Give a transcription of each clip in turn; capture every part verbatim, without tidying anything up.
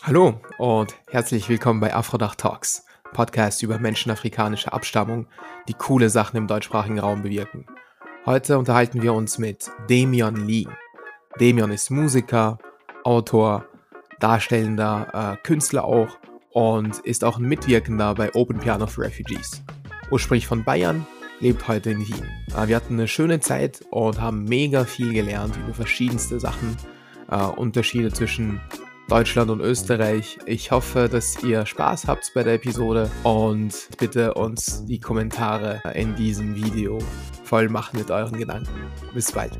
Hallo und herzlich willkommen bei Afrodach Talks, Podcast über Menschen afrikanischer Abstammung, die coole Sachen im deutschsprachigen Raum bewirken. Heute unterhalten wir uns mit Damian Lee. Damian ist Musiker, Autor, darstellender äh, Künstler auch und ist auch ein Mitwirkender bei Open Piano for Refugees. Ursprünglich von Bayern, lebt heute in Wien. Äh, wir hatten eine schöne Zeit und haben mega viel gelernt über verschiedenste Sachen, äh, Unterschiede zwischen Deutschland und Österreich. Ich hoffe, dass ihr Spaß habt bei der Episode und bitte uns die Kommentare in diesem Video voll machen mit euren Gedanken. Bis bald.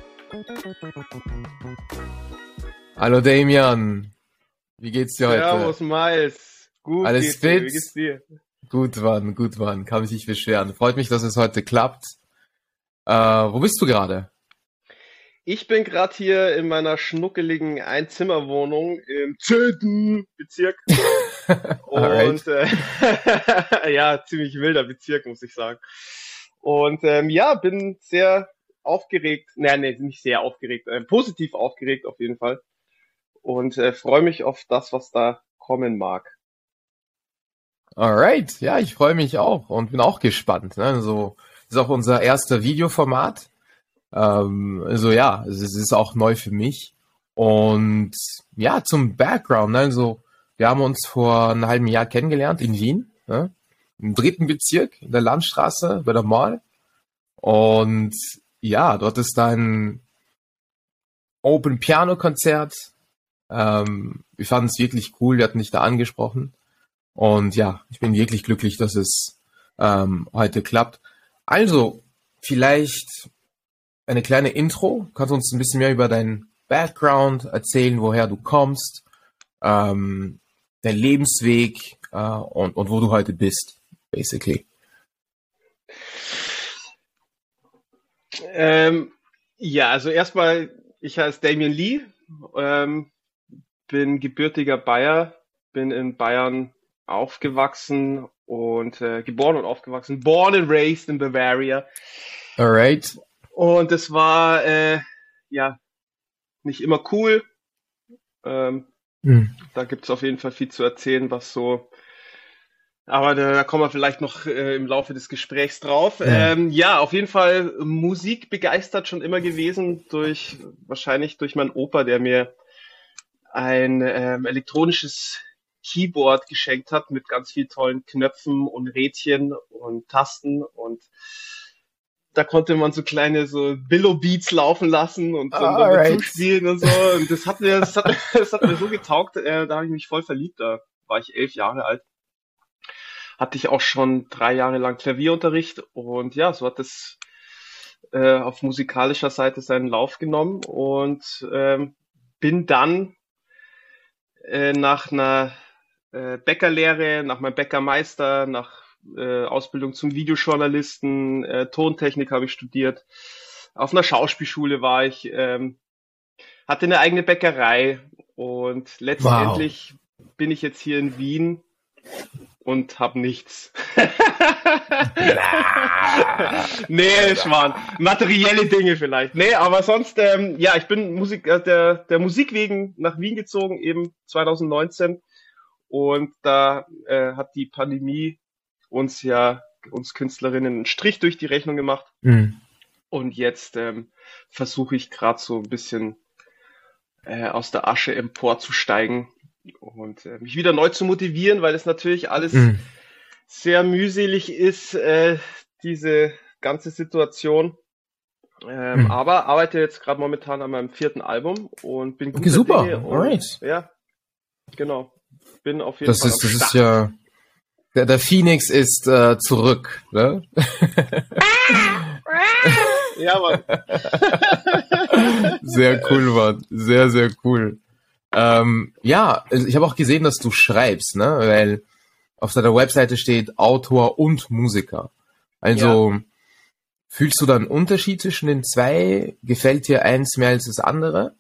Hallo Damian, wie geht's dir heute? Servus Miles, gut Alles geht's fit? dir, wie geht's dir? Gut, Mann, gut, Mann, kann mich nicht beschweren. Freut mich, dass es heute klappt. Äh, wo bist du gerade? Ich bin gerade hier in meiner schnuckeligen Einzimmerwohnung im zehnten Bezirk und äh, ja, ziemlich wilder Bezirk, muss ich sagen. Und ähm, ja, bin sehr aufgeregt, nein, nee, nicht sehr aufgeregt, äh, positiv aufgeregt auf jeden Fall und äh, freue mich auf das, was da kommen mag. Alright, ja, ich freue mich auch und bin auch gespannt. Ne? Also, das ist auch unser erster Videoformat. Ähm, also ja, es ist auch neu für mich. Und ja, zum Background, ne? Also wir haben uns vor einem halben Jahr kennengelernt in Wien, ne? Im dritten Bezirk, in der Landstraße, bei der Mall. Und ja, dort ist ein Open Piano Konzert. Ähm, wir fanden es wirklich cool, wir hatten dich da angesprochen. Und ja, ich bin wirklich glücklich, dass es ähm, heute klappt. Also, vielleicht eine kleine Intro. Kannst du uns ein bisschen mehr über deinen Background erzählen, woher du kommst, ähm, dein Lebensweg äh, und, und wo du heute bist, basically. Ähm, ja, also erstmal, ich heiße Damian Lee, ähm, bin gebürtiger Bayer, bin in Bayern aufgewachsen und äh, geboren und aufgewachsen, born and raised in Bavaria. Alright. Und es war äh, ja nicht immer cool. Ähm, Hm. da gibt es auf jeden Fall viel zu erzählen, was so. Aber da, da kommen wir vielleicht noch äh, im Laufe des Gesprächs drauf. Ja. Ähm, ja, auf jeden Fall Musik begeistert schon immer gewesen durch wahrscheinlich durch meinen Opa, der mir ein ähm, elektronisches Keyboard geschenkt hat mit ganz vielen tollen Knöpfen und Rädchen und Tasten und da konnte man so kleine so Billo-Beats laufen lassen und dann Alright. dazu spielen und so. Und das hat mir, das hat, das hat mir so getaugt, äh, da habe ich mich voll verliebt. Da war ich elf Jahre alt. Hatte ich auch schon drei Jahre lang Klavierunterricht und ja, so hat es äh, auf musikalischer Seite seinen Lauf genommen und ähm, bin dann äh, nach einer äh, Bäckerlehre, nach meinem Bäckermeister, nach äh, Ausbildung zum Videojournalisten, äh, Tontechnik habe ich studiert. Auf einer Schauspielschule war ich, ähm, hatte eine eigene Bäckerei und letztendlich wow. bin ich jetzt hier in Wien und habe nichts. Nee, Schmarrn. Materielle Dinge vielleicht. Nee, aber sonst, ähm, ja, ich bin Musik, äh, der, der Musik wegen nach Wien gezogen, eben zwanzig neunzehn. Und da äh, hat die Pandemie uns ja, uns Künstlerinnen einen Strich durch die Rechnung gemacht. Mhm. Und jetzt ähm, versuche ich gerade so ein bisschen äh, aus der Asche emporzusteigen und äh, mich wieder neu zu motivieren, weil es natürlich alles Mhm. sehr mühselig ist, äh, diese ganze Situation. Ähm, Mhm. Aber arbeite jetzt gerade momentan an meinem vierten Album und bin Okay, guter super. Dinge. Und, Alright. ja, genau. Bin auf jeden Das Fall ist, am das ist Start. ja, der, der Phoenix ist äh, zurück, ne? Ja, Mann. Sehr cool, Mann. Sehr, sehr cool. Ähm, ja, also ich habe auch gesehen, dass du schreibst, ne? Weil auf deiner Webseite steht Autor und Musiker. Also fühlst du da einen Unterschied zwischen den zwei? Gefällt dir eins mehr als das andere?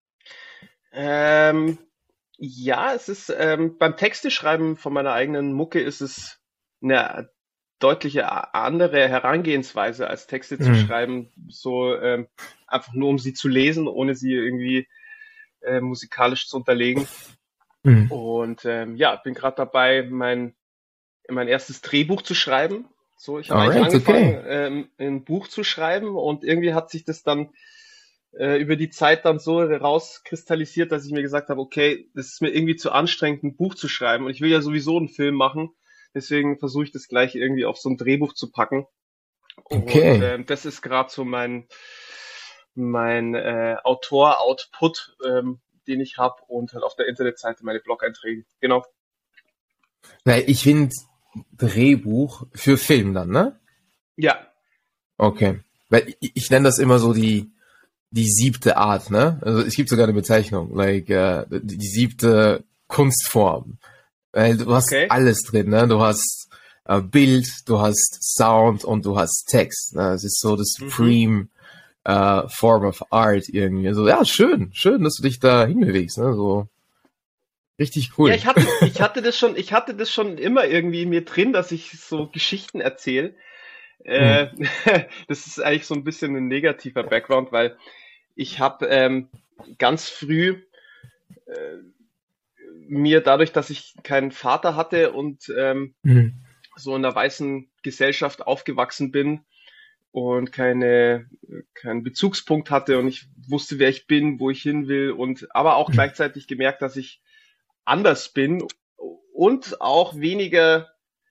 Ähm, ja, es ist ähm, beim Texteschreiben von meiner eigenen Mucke ist es eine deutliche a- andere Herangehensweise als Texte zu Mhm. schreiben, so ähm, einfach nur um sie zu lesen, ohne sie irgendwie äh, musikalisch zu unterlegen. Mhm. Und ähm, ja, bin gerade dabei, mein, mein erstes Drehbuch zu schreiben. So, ich habe eigentlich Alright, angefangen, okay. ähm, ein Buch zu schreiben und irgendwie hat sich das dann äh, über die Zeit dann so rauskristallisiert, dass ich mir gesagt habe, okay, das ist mir irgendwie zu anstrengend, ein Buch zu schreiben und ich will ja sowieso einen Film machen, deswegen versuche ich das gleich irgendwie auf so ein Drehbuch zu packen und Okay. ähm, das ist gerade so mein mein äh, Autor-Output, ähm, den ich habe und halt auf der Internetseite meine Blog-Einträge. Genau. Weil ich finde Drehbuch für Film dann, ne? Ja, Okay. Weil ich, ich nenne das immer so die die siebte Art, ne? Also es gibt sogar eine Bezeichnung, like äh, die, die siebte Kunstform. Weil du hast okay. alles drin, ne? Du hast äh, Bild, du hast Sound und du hast Text. Ne? Es ist so das Mhm. Supreme äh, Form of Art irgendwie. Also ja, schön, schön, dass du dich da hinbewegst, ne? So richtig Ja, cool. ich hatte, ich hatte das schon, ich hatte das schon immer irgendwie in mir drin, dass ich so Geschichten erzähle. Hm. Äh, das ist eigentlich so ein bisschen ein negativer Background, weil ich habe ähm, ganz früh äh, mir dadurch, dass ich keinen Vater hatte und ähm, Hm. so in einer weißen Gesellschaft aufgewachsen bin und keine, keinen Bezugspunkt hatte und ich wusste, wer ich bin, wo ich hin will und aber auch Hm. gleichzeitig gemerkt, dass ich anders bin und auch weniger,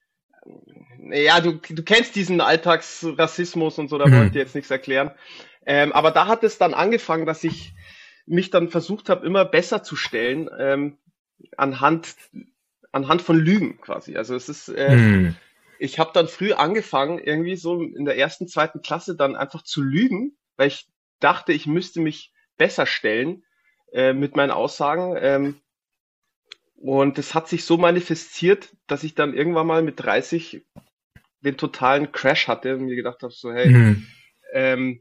ja, du, du kennst diesen Alltagsrassismus und so, da wollte ich Hm. dir jetzt nichts erklären. Ähm, aber da hat es dann angefangen, dass ich mich dann versucht habe, immer besser zu stellen, ähm, anhand, anhand von Lügen quasi. Also es ist, äh, Hm. ich habe dann früh angefangen, irgendwie so in der ersten, zweiten Klasse dann einfach zu lügen, weil ich dachte, ich müsste mich besser stellen äh, mit meinen Aussagen. Ähm, und das hat sich so manifestiert, dass ich dann irgendwann mal mit dreißig den totalen Crash hatte und mir gedacht habe, so, hey, Hm. ähm,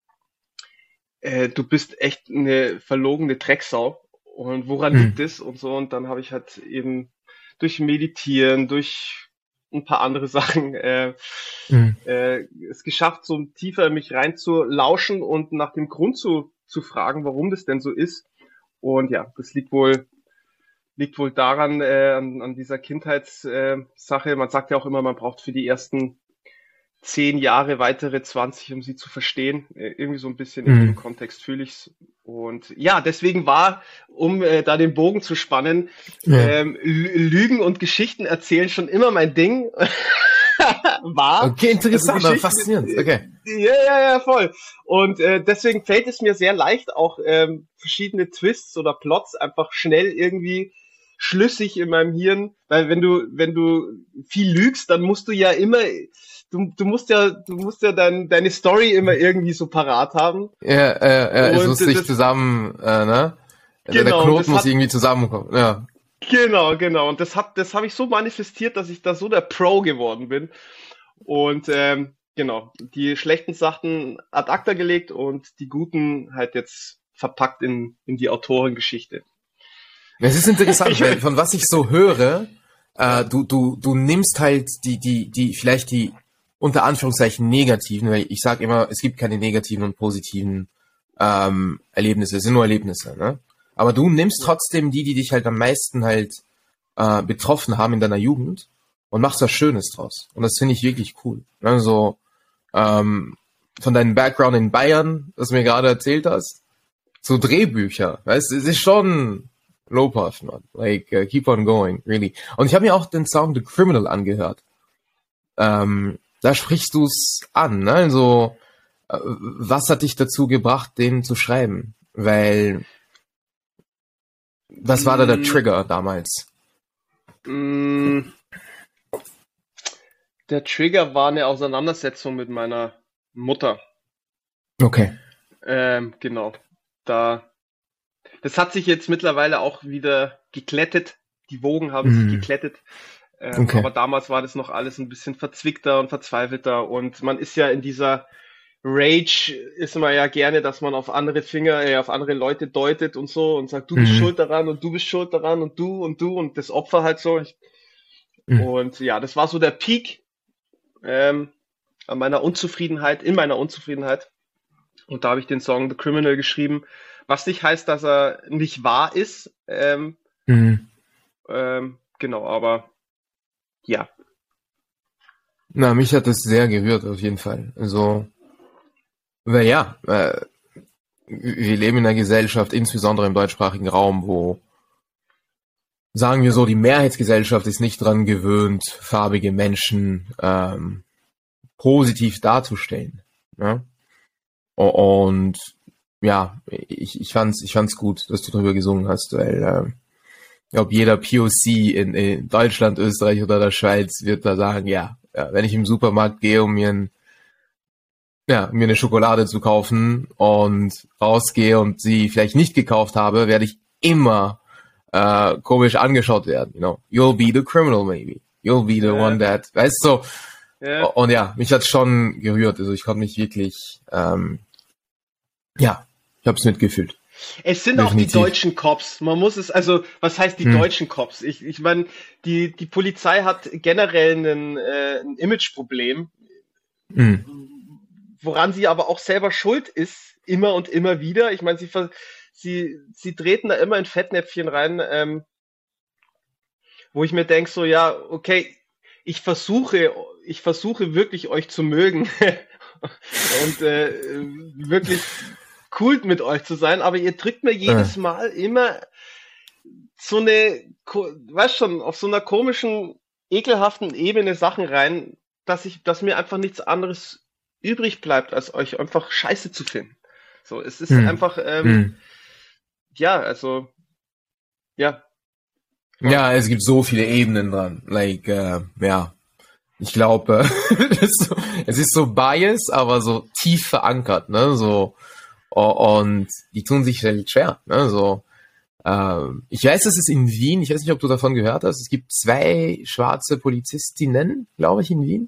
äh, du bist echt eine verlogene Drecksau. Und woran liegt Hm. es und so? Und dann habe ich halt eben durch Meditieren, durch ein paar andere Sachen äh, Hm. äh, es geschafft, so tiefer in mich reinzulauschen und nach dem Grund zu, zu fragen, warum das denn so ist. Und ja, das liegt wohl liegt wohl daran, äh, an, an dieser Kindheitssache. Äh, Sache. Man sagt ja auch immer, man braucht für die ersten zehn Jahre weitere zwanzig, um sie zu verstehen. Äh, irgendwie so ein bisschen in dem Hm. Kontext fühle ich's. Und ja, deswegen war, um äh, da den Bogen zu spannen, Ja. ähm, Lügen und Geschichten erzählen schon immer mein Ding war. Okay, Also interessant, aber Geschichten, faszinierend. äh, Okay. ja, ja, ja, voll. Und äh, deswegen fällt es mir sehr leicht, auch ähm, verschiedene Twists oder Plots einfach schnell irgendwie schlüssig in meinem Hirn, weil wenn du, wenn du viel lügst, dann musst du ja immer, du, du musst ja, du musst ja dein, deine Story immer irgendwie so parat haben. Ja, äh, ja, es muss Und sich das, zusammen, äh, ne? Der, der genau, und Knoten das muss hat, irgendwie zusammenkommen. Ja. genau, genau, und das hat, das habe ich so manifestiert, dass ich da so der Pro geworden bin. Und ähm, genau, die schlechten Sachen ad acta gelegt und die guten halt jetzt verpackt in, in die Autorengeschichte. Es ist interessant, Ich, weil von was ich so höre, äh, ja, du, du, du nimmst halt die, die, die, vielleicht die unter Anführungszeichen negativen, weil ich sage immer, es gibt keine negativen und positiven ähm, Erlebnisse, es sind nur Erlebnisse, ne? Aber du nimmst ja. trotzdem die, die dich halt am meisten halt äh, betroffen haben in deiner Jugend und machst was Schönes draus. Und das finde ich wirklich cool. Also ähm, von deinem Background in Bayern, das du mir gerade erzählt hast, so Drehbücher, weißt du, es ist schon Lowpath, man. Like, uh, keep on going, really. Und ich habe mir auch den Song The Criminal angehört. Ähm, da sprichst du es an, ne? Also, äh, was hat dich dazu gebracht, den zu schreiben? Weil, was war da der Mm, Trigger damals? mm, Der Trigger war eine Auseinandersetzung mit meiner Mutter. Okay. Ähm, genau. Da, das hat sich jetzt mittlerweile auch wieder geklettet. Die Wogen haben sich Mhm. geklettet. Ähm, Okay. aber damals war das noch alles ein bisschen verzwickter und verzweifelter. Und man ist ja in dieser Rage, ist man ja gerne, dass man auf andere Finger, äh, auf andere Leute deutet und so und sagt, du bist Mhm. schuld daran und du bist schuld daran und du und du und das Opfer halt so. Ich, Mhm. und ja, das war so der Peak ähm, an meiner Unzufriedenheit, in meiner Unzufriedenheit. Und da habe ich den Song The Criminal geschrieben, was nicht heißt, dass er nicht wahr ist, ähm, Mhm. Ähm, genau, aber ja. Na, mich hat das sehr gerührt, auf jeden Fall. Also, weil ja, äh, wir leben in einer Gesellschaft, insbesondere im deutschsprachigen Raum, wo, sagen wir so, die Mehrheitsgesellschaft ist nicht dran gewöhnt, farbige Menschen ähm, positiv darzustellen. Ne? Und ja, ich, ich fand's, ich fand's gut, dass du darüber gesungen hast, weil äh, ich glaube, jeder P O C in, in Deutschland, Österreich oder der Schweiz wird da sagen, ja, ja, wenn ich im Supermarkt gehe, um mir ein ja, mir eine Schokolade zu kaufen und rausgehe und sie vielleicht nicht gekauft habe, werde ich immer äh, komisch angeschaut werden. You know, you'll be the criminal maybe. You'll be the Ja, one that, weißt du, ja. und ja, mich hat's schon gerührt. Also ich konnte mich wirklich, ähm, ja, ich habe es mitgefühlt. Es sind auch die Definitiv. deutschen Cops. Man muss es, also, was heißt die Hm. deutschen Cops? Ich, ich meine, die, die Polizei hat generell einen, äh, ein Imageproblem, Hm. woran sie aber auch selber schuld ist, immer und immer wieder. Ich meine, sie, ver- sie, sie treten da immer in Fettnäpfchen rein, ähm, wo ich mir denke, so, ja, okay, ich versuche, ich versuche wirklich euch zu mögen und äh, wirklich cool mit euch zu sein, aber ihr drückt mir jedes Äh. Mal immer so eine, ko- weißt schon, auf so einer komischen, ekelhaften Ebene Sachen rein, dass ich, dass mir einfach nichts anderes übrig bleibt, als euch einfach scheiße zu finden. So, es ist Hm. einfach, ähm, Hm. ja, also, ja, Ja, es gibt so viele Ebenen dran. Like, äh, ja, ich glaube, es, ist so, es ist so bias, aber so tief verankert, ne? So o- und die tun sich halt schwer, ne? So, ähm, ich weiß, es ist in Wien. Ich weiß nicht, ob du davon gehört hast. Es gibt zwei schwarze Polizistinnen, glaube ich, in Wien.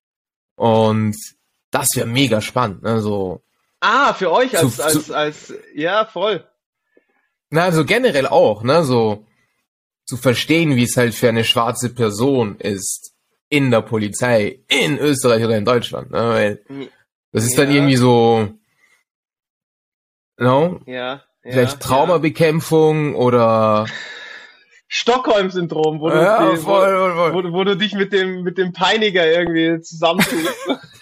Und das wäre mega spannend, ne? So, ah, für euch zu, als, als, zu, als, ja, voll. na, also generell auch, ne? So zu verstehen, wie es halt für eine schwarze Person ist in der Polizei in Österreich oder in Deutschland, ne? Weil das ist dann Ja, irgendwie so, you know, ja, vielleicht ja, ja. Traumabekämpfung oder Stockholm-Syndrom, wo du, ja, die, wo, voll, voll, voll. wo, du- wo du dich mit dem, mit dem Peiniger irgendwie zusammentust.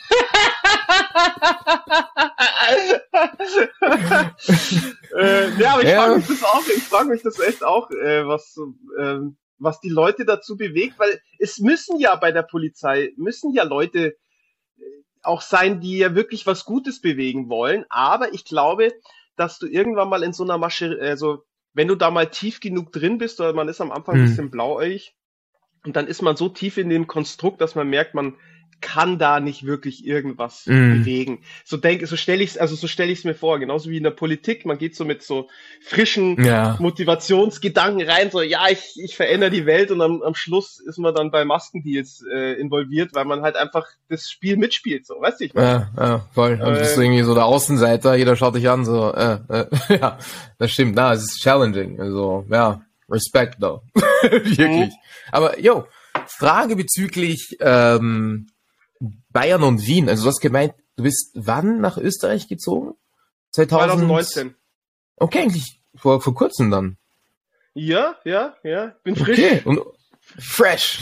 äh, ja, aber ich Ja. frage mich das auch, ich frage mich das echt auch, äh, was, so, ähm, was die Leute dazu bewegt, weil es müssen ja bei der Polizei, müssen ja Leute auch sein, die ja wirklich was Gutes bewegen wollen, aber ich glaube, dass du irgendwann mal in so einer Masche, also wenn du da mal tief genug drin bist, oder man ist am Anfang ein Hm. bisschen blauäugig, und dann ist man so tief in dem Konstrukt, dass man merkt, man kann da nicht wirklich irgendwas Mm. bewegen. So denke, so stelle ich es, also so stelle ich es mir vor, genauso wie in der Politik, man geht so mit so frischen Ja. Motivationsgedanken rein, so ja, ich, ich verändere die Welt, und am, am Schluss ist man dann bei Maskendeals äh, involviert, weil man halt einfach das Spiel mitspielt, so, weißt du, ich meine. Ja, ja, voll. Und du bist so Äh, irgendwie so der Außenseiter, jeder schaut dich an, so, äh, äh, ja, das stimmt, na, es ist challenging, also, ja, Respekt, though. Wirklich. Aber, yo, Frage bezüglich, ähm, Bayern und Wien, also du hast gemeint, du bist wann nach Österreich gezogen? zweitausend zwanzig neunzehn. Okay, eigentlich vor, vor kurzem dann. Ja, ja, ja, bin frisch. Okay, und fresh.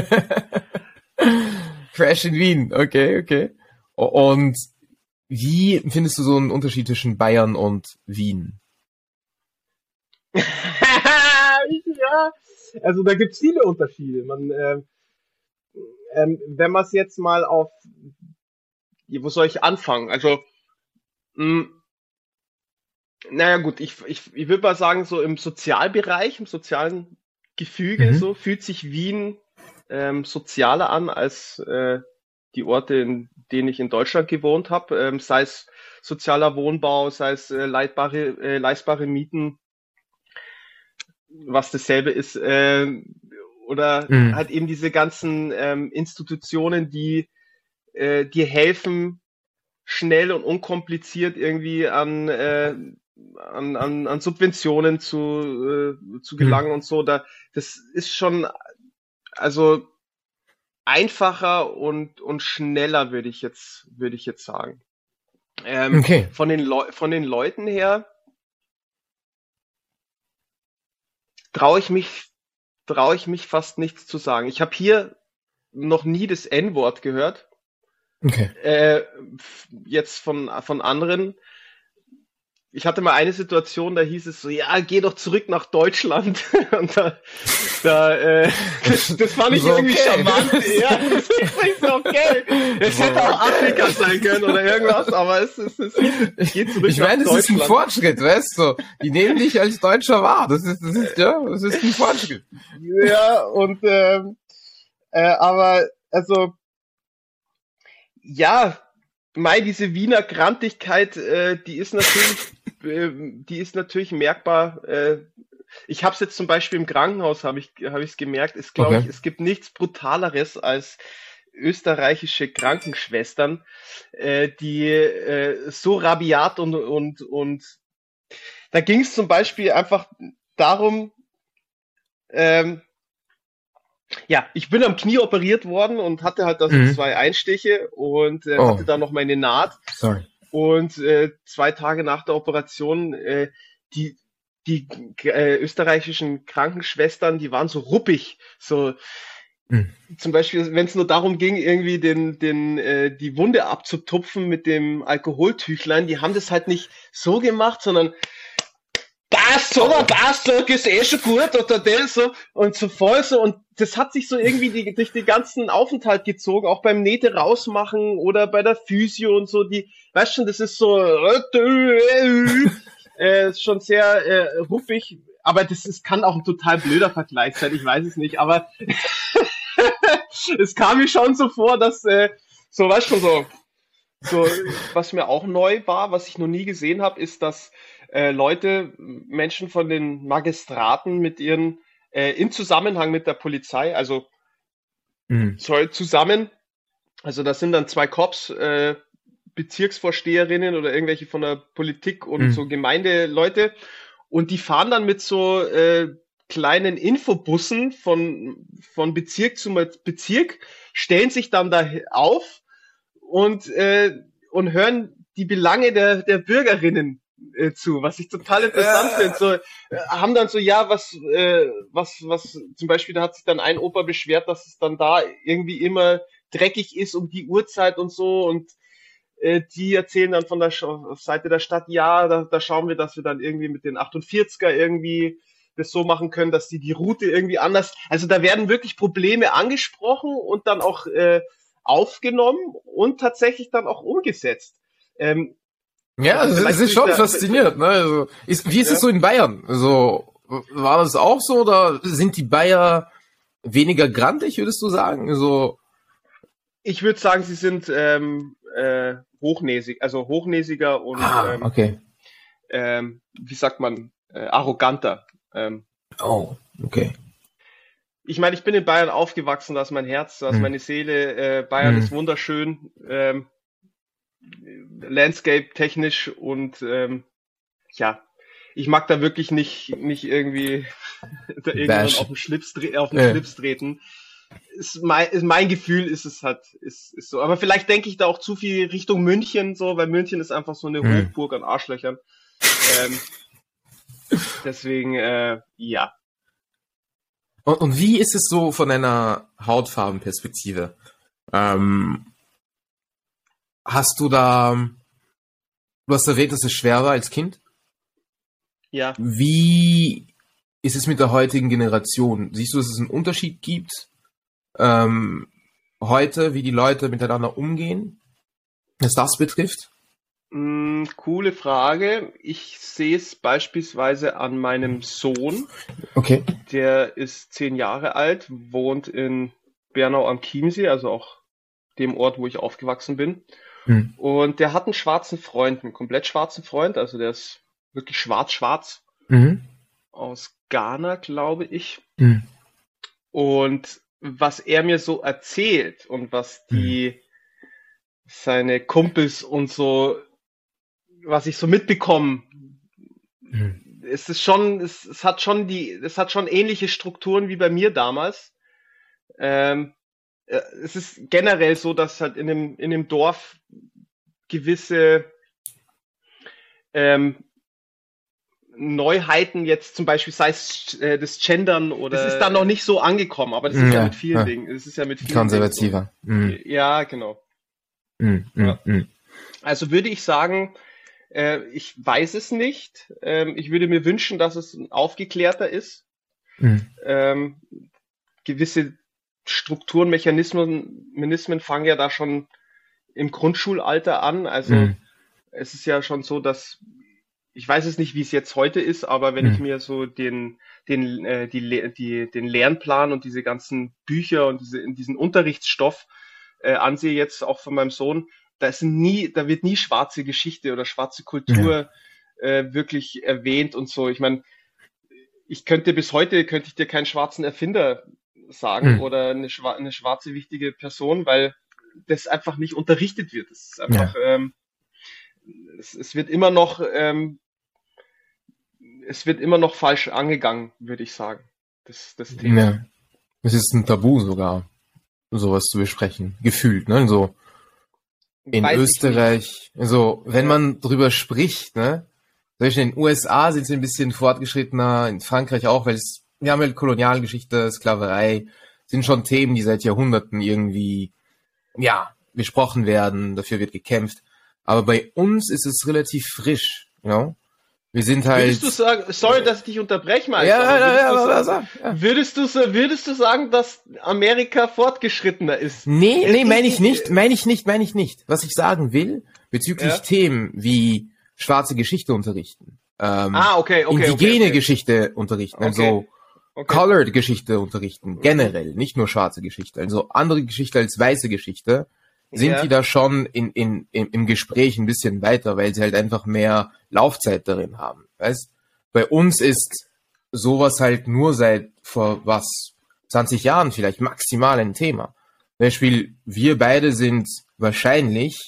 Fresh in Wien, okay, okay. O- Und wie findest du so einen Unterschied zwischen Bayern und Wien? Ja, also da gibt's viele Unterschiede. Man, ähm, ähm, wenn man es jetzt mal auf, wo soll ich anfangen? Also, mh, naja gut, ich, ich, ich würde mal sagen, so im Sozialbereich, im sozialen Gefüge, Mhm. so fühlt sich Wien ähm, sozialer an als äh, die Orte, in denen ich in Deutschland gewohnt habe, ähm, sei es sozialer Wohnbau, sei es äh, leitbare, äh, leistbare Mieten, was dasselbe ist, äh, oder Mhm. halt eben diese ganzen ähm, Institutionen, die äh, dir helfen, schnell und unkompliziert irgendwie an, äh, an, an, an Subventionen zu, äh, zu gelangen und so. Da, das ist schon, also einfacher und, und schneller, würde ich jetzt, würde ich jetzt sagen. Ähm, Okay. von den Leu von den Leuten her traue ich mich traue ich mich fast nichts zu sagen. Ich habe hier noch nie das N-Wort gehört. Okay. Äh, jetzt von, von anderen. Ich hatte mal eine Situation, da hieß es so, ja, geh doch zurück nach Deutschland. Und da, da äh, das, das fand ich so, irgendwie okay. charmant. Ja, das ist so, okay. Es hätte auch Afrika sein können oder irgendwas, aber es ist, es hieß, geh zurück Ich nach meine, das ist ein Deutschland. Fortschritt, weißt du? Die nehmen dich als Deutscher wahr. Das ist, das ist, ja, das ist ein Fortschritt. Ja, und, ähm, äh, aber, also, ja, Mei, diese Wiener Grantigkeit, äh, die ist natürlich, äh, die ist natürlich merkbar. Äh, ich habe es jetzt zum Beispiel im Krankenhaus, habe ich, habe ich es gemerkt. Ist, glaube Okay. ich, es gibt nichts Brutaleres als österreichische Krankenschwestern, äh, die äh, so rabiat und und und da ging es zum Beispiel einfach darum. Ähm, Ja, ich bin am Knie operiert worden und hatte halt also Mhm. zwei Einstiche und äh, Oh. hatte da noch meine Naht. Sorry. Und äh, zwei Tage nach der Operation, äh, die, die äh, österreichischen Krankenschwestern, die waren so ruppig. So Mhm. zum Beispiel, wenn es nur darum ging, irgendwie den, den, äh, die Wunde abzutupfen mit dem Alkoholtüchlein, die haben das halt nicht so gemacht, sondern passt, so, passt, so, ist eh schon gut, oder das, so, und so voll, so, und das hat sich so irgendwie die, durch den ganzen Aufenthalt gezogen, auch beim Nähte rausmachen oder bei der Physio und so, die, weißt schon, das ist so, äh, ist schon sehr, äh, ruppig, aber das ist, kann auch ein total blöder Vergleich sein, ich weiß es nicht, aber es kam mir schon so vor, dass, äh, so, weißt schon, so, so, was mir auch neu war, was ich noch nie gesehen habe, ist, dass äh, Leute, Menschen von den Magistraten mit ihren, äh, in Zusammenhang mit der Polizei, also Mhm. soll zusammen, also das sind dann zwei Cops, äh, Bezirksvorsteherinnen oder irgendwelche von der Politik und Mhm. so Gemeindeleute und die fahren dann mit so äh, kleinen Infobussen von, von Bezirk zu Bezirk, stellen sich dann da auf und, äh, und hören die Belange der, der Bürgerinnen äh, zu, was ich total interessant Äh. finde. So, äh, haben dann so, ja, was, äh, was, was, zum Beispiel, da hat sich dann ein Opa beschwert, dass es dann da irgendwie immer dreckig ist um die Uhrzeit und so und äh, die erzählen dann von der Sch- Seite der Stadt, ja, da, da schauen wir, dass wir dann irgendwie mit den achtundvierziger irgendwie das so machen können, dass die die Route irgendwie anders, also da werden wirklich Probleme angesprochen und dann auch äh, aufgenommen und tatsächlich dann auch umgesetzt. Ähm, Ja, also es ist, es vielleicht ist schon da, faszinierend, ne? Also, ist, wie ist es ja. so in Bayern? Also, war das auch so oder sind die Bayer weniger grantig, würdest du sagen? So, Ich würde sagen, sie sind ähm, äh, hochnäsig, also hochnäsiger und ah, ähm, okay. ähm, wie sagt man, äh, arroganter. Ähm, Oh, okay. ich meine, ich bin in Bayern aufgewachsen, da ist mein Herz, da ist Hm. meine Seele. Äh, Bayern Hm. ist wunderschön, ähm, Landscape-technisch und ähm, ja, ich mag da wirklich nicht nicht irgendwie da irgendwann Bash. auf den Schlips, tre- auf den Ja. Schlips treten. Ist mein, ist mein Gefühl ist es halt, ist, ist so. Aber vielleicht denke ich da auch zu viel Richtung München, so, weil München ist einfach so eine Hm. Hochburg an Arschlöchern. Ähm, deswegen, äh, ja. Und, und wie ist es so von einer Hautfarbenperspektive? Ähm, hast du da, du hast erwähnt, dass es schwer war als Kind. Ja. Wie ist es mit der heutigen Generation? Siehst du, dass es einen Unterschied gibt ähm, heute, wie die Leute miteinander umgehen, was das betrifft? Mm, coole Frage. Ich sehe es beispielsweise an meinem Sohn. Okay. Der ist zehn Jahre alt, wohnt in Bernau am Chiemsee, also auch dem Ort, wo ich aufgewachsen bin. Hm. Und der hat einen schwarzen Freund, einen komplett schwarzen Freund, also der ist wirklich schwarz-schwarz, Mhm. aus Ghana, glaube ich. Hm. Und was er mir so erzählt und was die seine Kumpels und so, was ich so mitbekomme, Hm. es ist schon, es, es hat schon die, es hat schon ähnliche Strukturen wie bei mir damals. Ähm, äh, es ist generell so, dass halt in dem, in dem Dorf gewisse, ähm, Neuheiten jetzt zum Beispiel, sei es äh, das Gendern oder. Das ist da noch nicht so angekommen, aber das ist ja, ja mit vielen ja. Dingen. Das ist ja mit vielen konservativer. Dingen so. mm. Ja, genau. Mm, mm, ja. Mm. Also würde ich sagen, äh, ich weiß es nicht. Ähm, ich würde mir wünschen, dass es aufgeklärter ist. Mm. Ähm, gewisse Strukturen, Mechanismen, Mechanismen fangen ja da schon im Grundschulalter an. Also mm. es ist ja schon so, dass ich weiß es nicht, wie es jetzt heute ist, aber wenn hm. ich mir so den, den, äh, die, die, den Lernplan und diese ganzen Bücher und diese, diesen Unterrichtsstoff äh, ansehe, jetzt auch von meinem Sohn, da ist nie, da wird nie schwarze Geschichte oder schwarze Kultur ja. äh, wirklich erwähnt und so. Ich meine, ich könnte bis heute, könnte ich dir keinen schwarzen Erfinder sagen hm. oder eine, eine schwarze wichtige Person, weil das einfach nicht unterrichtet wird. Das ist einfach, ja. ähm, es, es wird immer noch ähm, es wird immer noch falsch angegangen, würde ich sagen, das, das Thema. Ja. Es ist ein Tabu sogar, sowas zu besprechen, gefühlt, ne, so in Weiß Österreich, so, wenn ja. man drüber spricht, ne, zum Beispiel in den U S A sind sie ein bisschen fortgeschrittener, in Frankreich auch, weil es, wir haben halt Kolonialgeschichte, Sklaverei, sind schon Themen, die seit Jahrhunderten irgendwie, ja, besprochen werden, dafür wird gekämpft, aber bei uns ist es relativ frisch, you know? Wir sind halt. Würdest du sagen, sorry, dass ich dich unterbreche, mal. Ja, ja, ja, ja, sagen, ja. Würdest du, würdest du sagen, dass Amerika fortgeschrittener ist? Nee, nee, meine ich nicht, meine ich nicht, meine ich nicht. Was ich sagen will, bezüglich ja? Themen wie schwarze Geschichte unterrichten, ähm, ah, okay, okay, indigene okay, okay. Geschichte unterrichten, okay. also okay. Colored Geschichte unterrichten, generell, nicht nur schwarze Geschichte, also andere Geschichte als weiße Geschichte, sind ja. die da schon in, in, in, im Gespräch ein bisschen weiter, weil sie halt einfach mehr Laufzeit darin haben. Weißt? Bei uns ist sowas halt nur seit vor was zwanzig Jahren vielleicht maximal ein Thema. Zum Beispiel, wir beide sind wahrscheinlich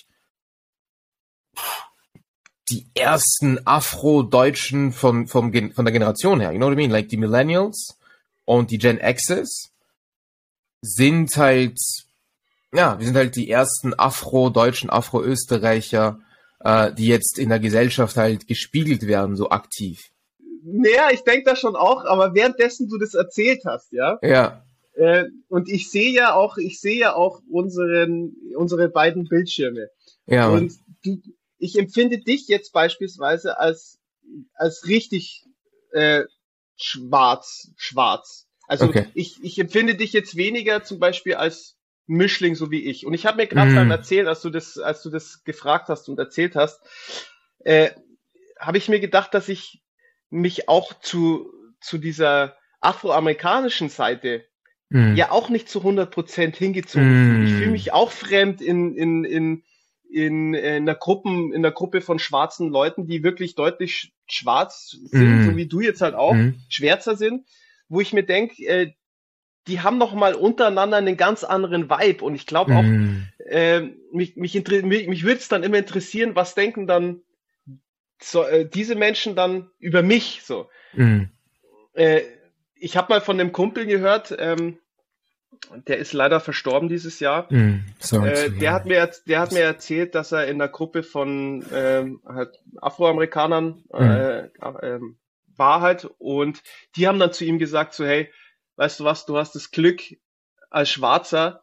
die ersten Afro-Deutschen von, vom, von der Generation her. You know what I mean? Like die Millennials und die Gen X's sind halt Ja, wir sind halt die ersten Afro-Deutschen, Afro-Österreicher, äh, die jetzt in der Gesellschaft halt gespiegelt werden, so aktiv. Naja, ich denke das schon auch, aber währenddessen du das erzählt hast, ja. Ja. Äh, und ich sehe ja auch, ich sehe ja auch unseren, unsere beiden Bildschirme. Ja. Und du, ich empfinde dich jetzt beispielsweise als, als richtig äh, schwarz, schwarz. Also okay. ich, ich empfinde dich jetzt weniger zum Beispiel als Mischling, so wie ich. Und ich habe mir gerade mm. beim Erzählen, als du das, als du das gefragt hast und erzählt hast, äh, habe ich mir gedacht, dass ich mich auch zu, zu dieser afroamerikanischen Seite mm. ja auch nicht zu hundert Prozent hingezogen mm. fühle. Ich fühle mich auch fremd in, in, in, in, in einer Gruppen, in einer Gruppe von schwarzen Leuten, die wirklich deutlich schwarz sind, mm. so wie du jetzt halt auch, mm. schwärzer sind, wo ich mir denke, äh, die haben noch mal untereinander einen ganz anderen Vibe und ich glaube auch, mm. äh, mich, mich, mich, mich würde es dann immer interessieren, was denken dann so, äh, diese Menschen dann über mich so. Mm. Äh, ich habe mal von einem Kumpel gehört, ähm, der ist leider verstorben dieses Jahr. Mm. Sorry, äh, der hat mir, der hat mir erzählt, dass er in einer Gruppe von ähm, halt Afroamerikanern äh, mm. äh, war halt und die haben dann zu ihm gesagt so, hey, weißt du was, du hast das Glück, als Schwarzer,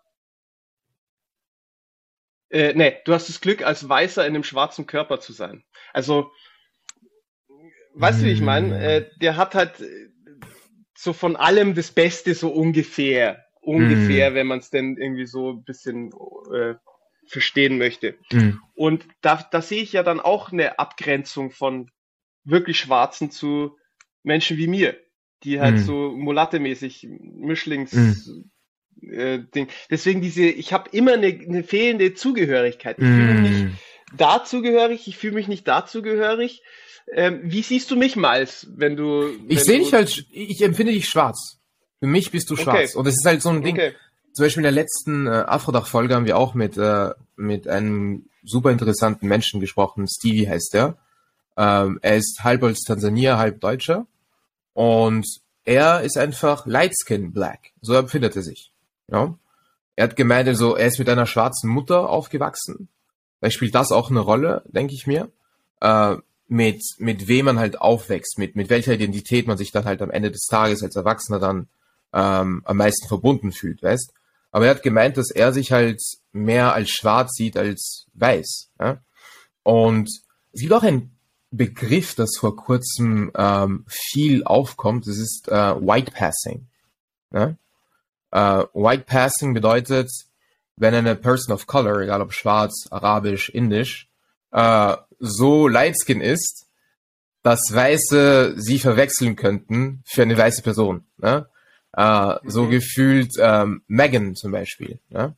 äh, nee, du hast das Glück, als Weißer in einem schwarzen Körper zu sein. Also, weißt mm. du, wie ich meine? Äh, der hat halt so von allem das Beste so ungefähr, ungefähr, mm. wenn man es denn irgendwie so ein bisschen äh, verstehen möchte. Mm. Und da, da sehe ich ja dann auch eine Abgrenzung von wirklich Schwarzen zu Menschen wie mir, die halt mm. so Mulatte-mäßig Mischlings mm. äh, Ding. Deswegen diese, ich habe immer eine, eine fehlende Zugehörigkeit. Ich mm. fühle mich nicht dazugehörig, ich fühle mich nicht dazugehörig. Ähm, wie siehst du mich, Miles, wenn du... Ich sehe dich halt, ich empfinde dich schwarz. Für mich bist du schwarz. Okay. Und das ist halt so ein Ding. Okay. Zum Beispiel in der letzten äh, Afrodach-Folge haben wir auch mit, äh, mit einem super interessanten Menschen gesprochen. Stevie heißt der. Ähm, er ist halb als Tansanier, halb Deutscher. Und er ist einfach Light Skin Black. So empfindet er sich. Ja? Er hat gemeint, also, er ist mit einer schwarzen Mutter aufgewachsen. Vielleicht spielt das auch eine Rolle, denke ich mir. Äh, mit, mit wem man halt aufwächst, mit, mit welcher Identität man sich dann halt am Ende des Tages als Erwachsener dann ähm, am meisten verbunden fühlt, weißt? Aber er hat gemeint, dass er sich halt mehr als schwarz sieht als weiß. Ja? Und es gibt auch einen Begriff, das vor kurzem ähm, viel aufkommt, das ist äh, White Passing. Ja? Äh, White Passing bedeutet, wenn eine Person of Color, egal ob schwarz, arabisch, indisch, äh, so light skin ist, dass Weiße sie verwechseln könnten für eine weiße Person. Ne? Äh, mhm. So gefühlt ähm, Meghan zum Beispiel. Ne?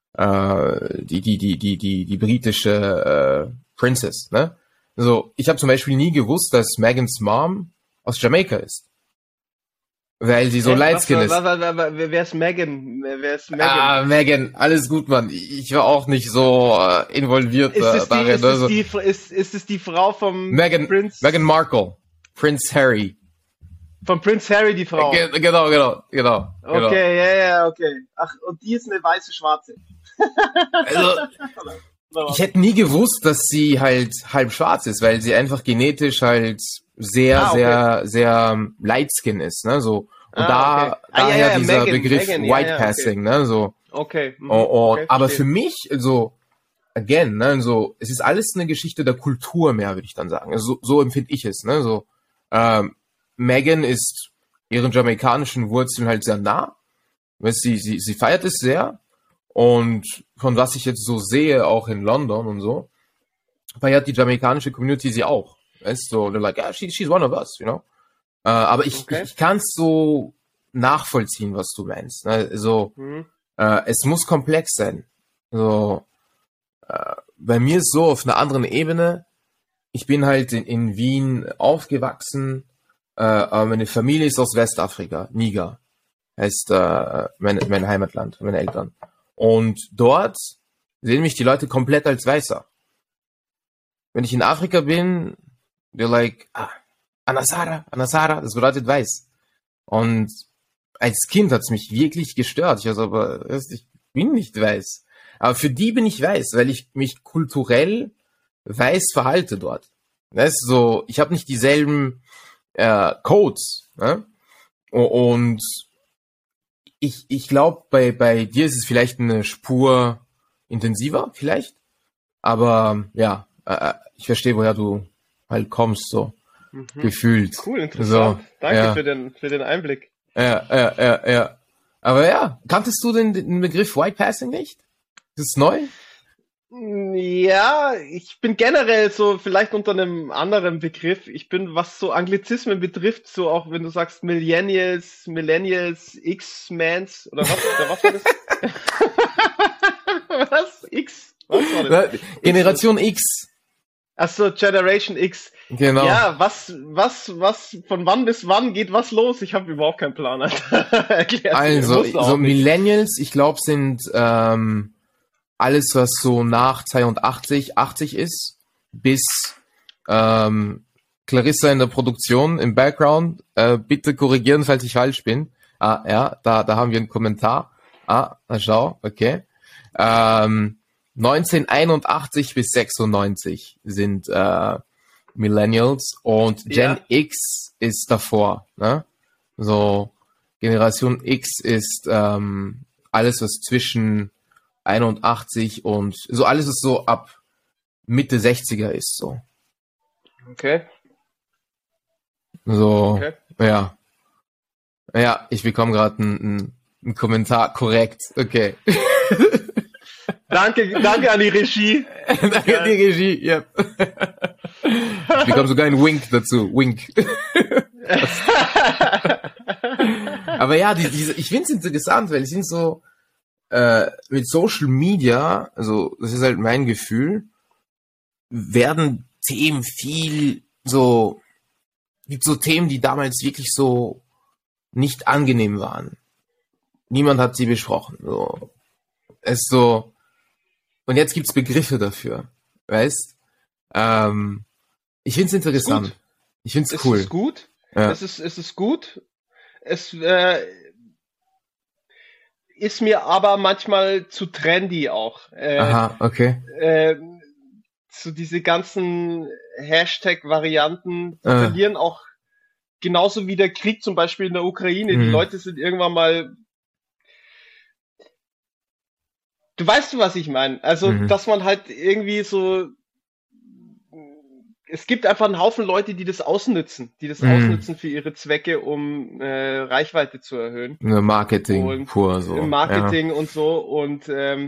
Äh, die, die, die, die, die, die britische äh, Princess. Ne? So, ich habe zum Beispiel nie gewusst, dass Megans Mom aus Jamaika ist. Weil sie so Hä? light Was, skin was, ist. was, was, was, wer ist Megan? Wer ist Megan? Ah, Megan, alles gut, Mann. Ich war auch nicht so äh, involviert Ist äh, es die, darin. ist es Also, die, ist, ist es die Frau vom Meghan, Prinz? Meghan Markle, Prince Harry. Von Prinz Harry, die Frau. Ge genau, genau, genau. genau. Okay, ja, ja, okay. Ach, und die ist eine weiße Schwarze. Also, ich hätte nie gewusst, dass sie halt halb schwarz ist, weil sie einfach genetisch halt sehr, Ah, okay. sehr, sehr light skin ist, ne, so. Und Ah, da, okay. Ah, daher ja, ja, dieser Meghan, Begriff Meghan, ja, White ja, okay. Passing, ne, so. Okay. mhm, Oh, oh, okay, aber verstehe. für mich, also, again, ne, so, es ist alles eine Geschichte der Kultur mehr, würde ich dann sagen. Also, so, so empfinde ich es, ne, so. Ähm, Meghan ist ihren jamaikanischen Wurzeln halt sehr nah. Weißt, sie, sie, sie feiert es sehr. Und von was ich jetzt so sehe, auch in London und so, feiert die jamaikanische Community sie auch. Weißt du, so, they're like, yeah, she, she's one of us, you know. Äh, aber ich, Okay. ich, ich kann es so nachvollziehen, was du meinst. Ne? So, Mhm. äh, es muss komplex sein. So, äh, bei mir ist so auf einer anderen Ebene. Ich bin halt in, in Wien aufgewachsen, äh, aber meine Familie ist aus Westafrika, Niger, heißt äh, mein, mein Heimatland, meine Eltern. Und dort sehen mich die Leute komplett als Weißer. Wenn ich in Afrika bin, they're like, ah, Anasara, Anasara, das bedeutet weiß. Und als Kind hat's mich wirklich gestört. Ich war so, aber ich bin nicht weiß. Aber für die bin ich weiß, weil ich mich kulturell weiß verhalte dort. Weißt du, so, ich habe nicht dieselben äh, Codes. Ne? Und ich, ich glaube, bei, bei dir ist es vielleicht eine Spur intensiver, vielleicht. Aber ja, äh, ich verstehe, woher du halt kommst, so Mhm. gefühlt. Cool, interessant. So, Danke ja. für den, für den Einblick. Ja, ja, ja, ja. Aber ja, kanntest du den, den Begriff White Passing nicht? Ist es neu? Ja, ich bin generell so vielleicht unter einem anderen Begriff. Ich bin, was so Anglizismen betrifft, so auch wenn du sagst Millennials, Millennials, X-Mans oder was, oder was war das? Was? X? Was war das? Generation X. Ach so, Generation X. Genau. Ja, was, was, was, von wann bis wann geht was los? Ich habe überhaupt keinen Plan. Alter. Erklär's mir. Also, Musst du auch so nicht. Millennials, ich glaube, sind ähm, alles, was so nach zweiundachtzig, achtzig ist, bis ähm, Clarissa in der Produktion, im Background, äh, bitte korrigieren, falls ich falsch bin. Ah, ja, da, da haben wir einen Kommentar. Ah, na schau, okay. Ähm, neunzehnhunderteinundachtzig bis sechsundneunzig sind äh, Millennials und Gen Ja. X ist davor. Ne? So, Generation X ist ähm, alles, was zwischen einundachtzig und so alles, was so ab Mitte sechziger ist. So, Okay, so okay. ja. Ja, ich bekomme gerade einen ein Kommentar, korrekt. Okay. Danke, danke an die Regie. Danke an die Regie, ja. Ich bekomme sogar einen Wink dazu. Wink. Aber ja, die, diese, ich finde es interessant, weil es sind so äh, mit Social Media, also das ist halt mein Gefühl, werden Themen viel so, gibt so Themen, die damals wirklich so nicht angenehm waren. Niemand hat sie besprochen. So. Es ist so, und jetzt gibt's Begriffe dafür, weißt? Ähm, ich find's interessant. Gut. Ich find's Es cool. ist gut. Ja. Es ist, es ist gut. Es äh, ist mir aber manchmal zu trendy auch. Äh, Aha, okay. äh, so diese ganzen Hashtag-Varianten die Äh. verlieren auch genauso wie der Krieg zum Beispiel in der Ukraine. Die Mhm. Leute sind irgendwann mal, du weißt, was ich meine. Also, Mhm. dass man halt irgendwie so, es gibt einfach einen Haufen Leute, die das ausnutzen, die das Mhm. ausnutzen für ihre Zwecke, um äh, Reichweite zu erhöhen. Ne, Marketing Und pur so. im Marketing und so. Und ähm,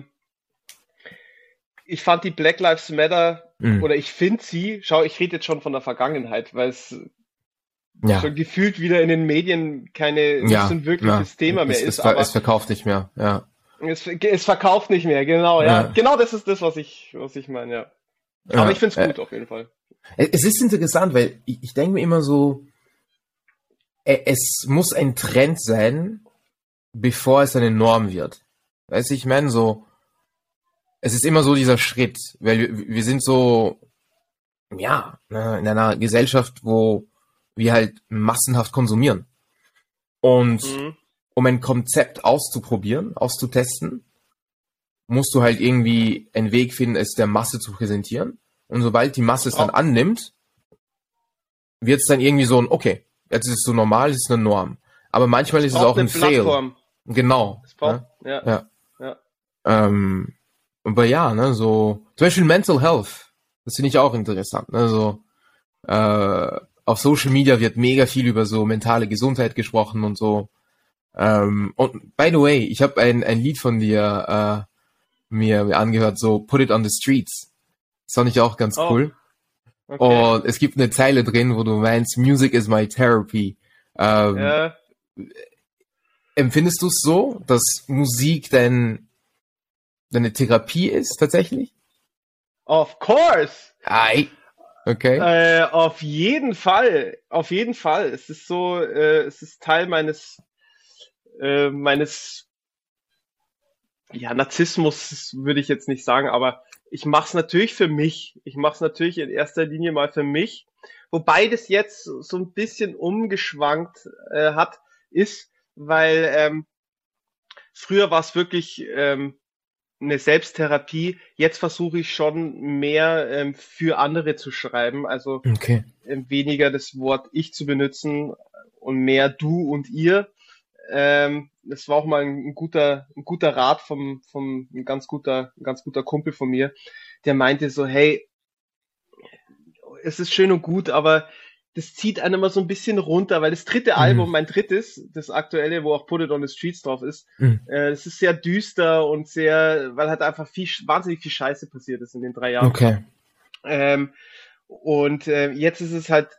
ich fand die Black Lives Matter, Ja. Mhm. oder ich finde sie, schau, ich rede jetzt schon von der Vergangenheit, weil es Ja. schon gefühlt wieder in den Medien keine, nicht Ja. so ein wirkliches Ja. Thema mehr es, ist, es, ver- aber es verkauft nicht mehr. Ja. es, es verkauft nicht mehr, genau, ja. Ja. Genau das ist das, was ich, was ich meine, ja. Aber Ja. ich finde es Äh, gut auf jeden Fall. Es ist interessant, weil ich, ich denke mir immer so, äh, es muss ein Trend sein, bevor es eine Norm wird. Weißt du, ich meine so, es ist immer so dieser Schritt, weil wir, wir sind so, ja, ne, in einer Gesellschaft, wo wir halt massenhaft konsumieren. Und Mhm. um ein Konzept auszuprobieren, auszutesten, musst du halt irgendwie einen Weg finden, es der Masse zu präsentieren. Und sobald die Masse es dann Braucht- annimmt, wird es dann irgendwie so ein, okay, jetzt ist es so normal, es ist eine Norm. Aber manchmal ist es Braucht auch ein eine Fail. Plattform. Genau. Es braucht, Ne? ja, Ja. ja. Ähm, aber ja, ne, so, zum Beispiel Mental Health. Das finde ich auch interessant. Ne, so, äh, auf Social Media wird mega viel über so mentale Gesundheit gesprochen und so. Ähm, und by the way, ich habe ein, ein Lied von dir äh, mir, mir angehört, so Put It on the Streets. Das fand ich auch ganz Oh, cool. okay. Und es gibt eine Zeile drin, wo du meinst, Music is my therapy. Ähm, Ja, Empfindest du es so, dass Musik dein, deine Therapie ist tatsächlich? of course. Ei. Okay. Äh, auf jeden Fall, auf jeden Fall. Es ist so, äh, es ist Teil meines, äh, meines, ja, Narzissmus würde ich jetzt nicht sagen, aber ich mache es natürlich für mich. Ich mache es natürlich in erster Linie mal für mich. Wobei das jetzt so ein bisschen umgeschwankt äh, hat, ist, weil ähm, früher war es wirklich ähm, eine Selbsttherapie. Jetzt versuche ich schon mehr ähm, für andere zu schreiben, also Okay. ähm, weniger das Wort ich zu benutzen und mehr du und ihr. Ähm, das war auch mal ein, ein guter, ein guter Rat vom, vom ein ganz guter, ein ganz guter Kumpel von mir, der meinte so, hey, es ist schön und gut, aber das zieht einen immer so ein bisschen runter, weil das dritte Mhm. Album, mein drittes, das aktuelle, wo auch Put It on the Streets drauf ist, Mhm. äh, es ist sehr düster und sehr, weil halt einfach viel, wahnsinnig viel Scheiße passiert ist in den drei Jahren. Okay. Ähm, und äh, jetzt ist es halt,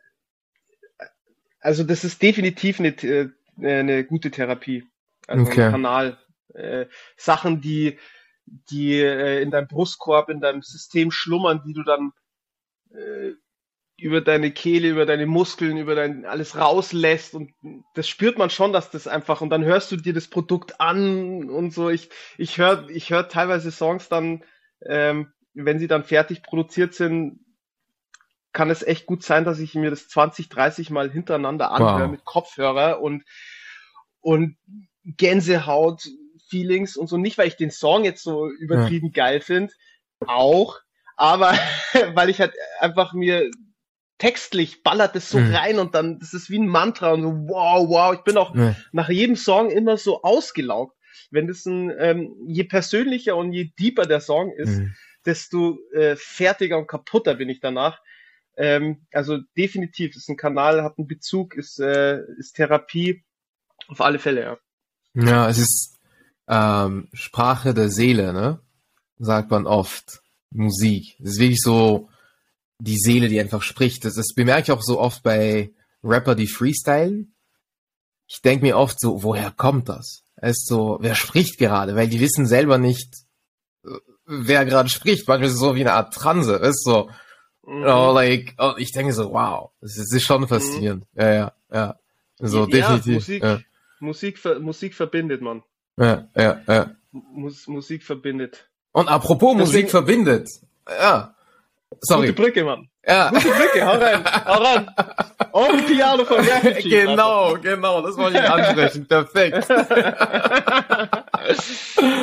also das ist definitiv eine, äh, eine gute Therapie. Also Okay. ein Kanal. Äh, Sachen, die, die äh, in deinem Brustkorb, in deinem System schlummern, die du dann äh, über deine Kehle, über deine Muskeln, über dein alles rauslässt und das spürt man schon, dass das einfach und dann hörst du dir das Produkt an und so. Ich ich höre ich höre teilweise Songs dann, ähm, wenn sie dann fertig produziert sind, kann es echt gut sein, dass ich mir das zwanzig, dreißig Mal hintereinander anhöre Wow. mit Kopfhörer und und Gänsehaut Feelings und so, nicht weil ich den Song jetzt so übertrieben geil finde, auch, aber weil ich halt einfach mir textlich ballert es so Mhm. rein und dann, das ist wie ein Mantra und so, wow, wow, ich bin auch Ja. nach jedem Song immer so ausgelaugt. Wenn das ein, ähm, je persönlicher und je deeper der Song ist, Mhm. desto äh, fertiger und kaputter bin ich danach. Ähm, also definitiv, ist ein Kanal, hat einen Bezug, ist, äh, ist Therapie, auf alle Fälle, ja. Ja, es ist ähm, Sprache der Seele, ne? Sagt man oft. Musik. Es ist wirklich so die Seele, die einfach spricht. Das, das bemerke ich auch so oft bei Rapper, die freestylen. Ich denke mir oft so, woher kommt das? Es ist so, wer spricht gerade? Weil die wissen selber nicht, äh, wer gerade spricht. Manchmal ist es so wie eine Art Transe. Es ist so, Mhm. oh, like, oh, ich denke so, wow, das ist, das ist schon faszinierend. Ja, ja, ja. So, Ja, definitiv. Musik, Ja, Musik, ver- Musik verbindet, man. ja, ja, ja. Mus Musik verbindet. Und apropos Deswegen- Musik verbindet. Ja. Sorry. Gute Brücke, Mann. Ja. Gute Brücke, hau rein, hau rein. Und Piano von Refugee. Genau, genau, das wollte ich ansprechen. Perfekt.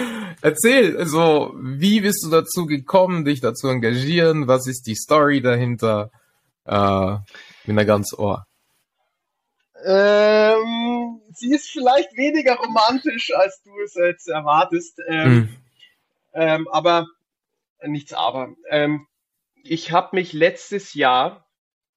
Erzähl, so, wie bist du dazu gekommen, dich dazu engagieren? Was ist die Story dahinter? Äh, bin da ganz ohr. Ähm, sie ist vielleicht weniger romantisch, als du es jetzt erwartest. Ähm, Hm. ähm, aber nichts aber. Ähm, ich habe mich letztes Jahr,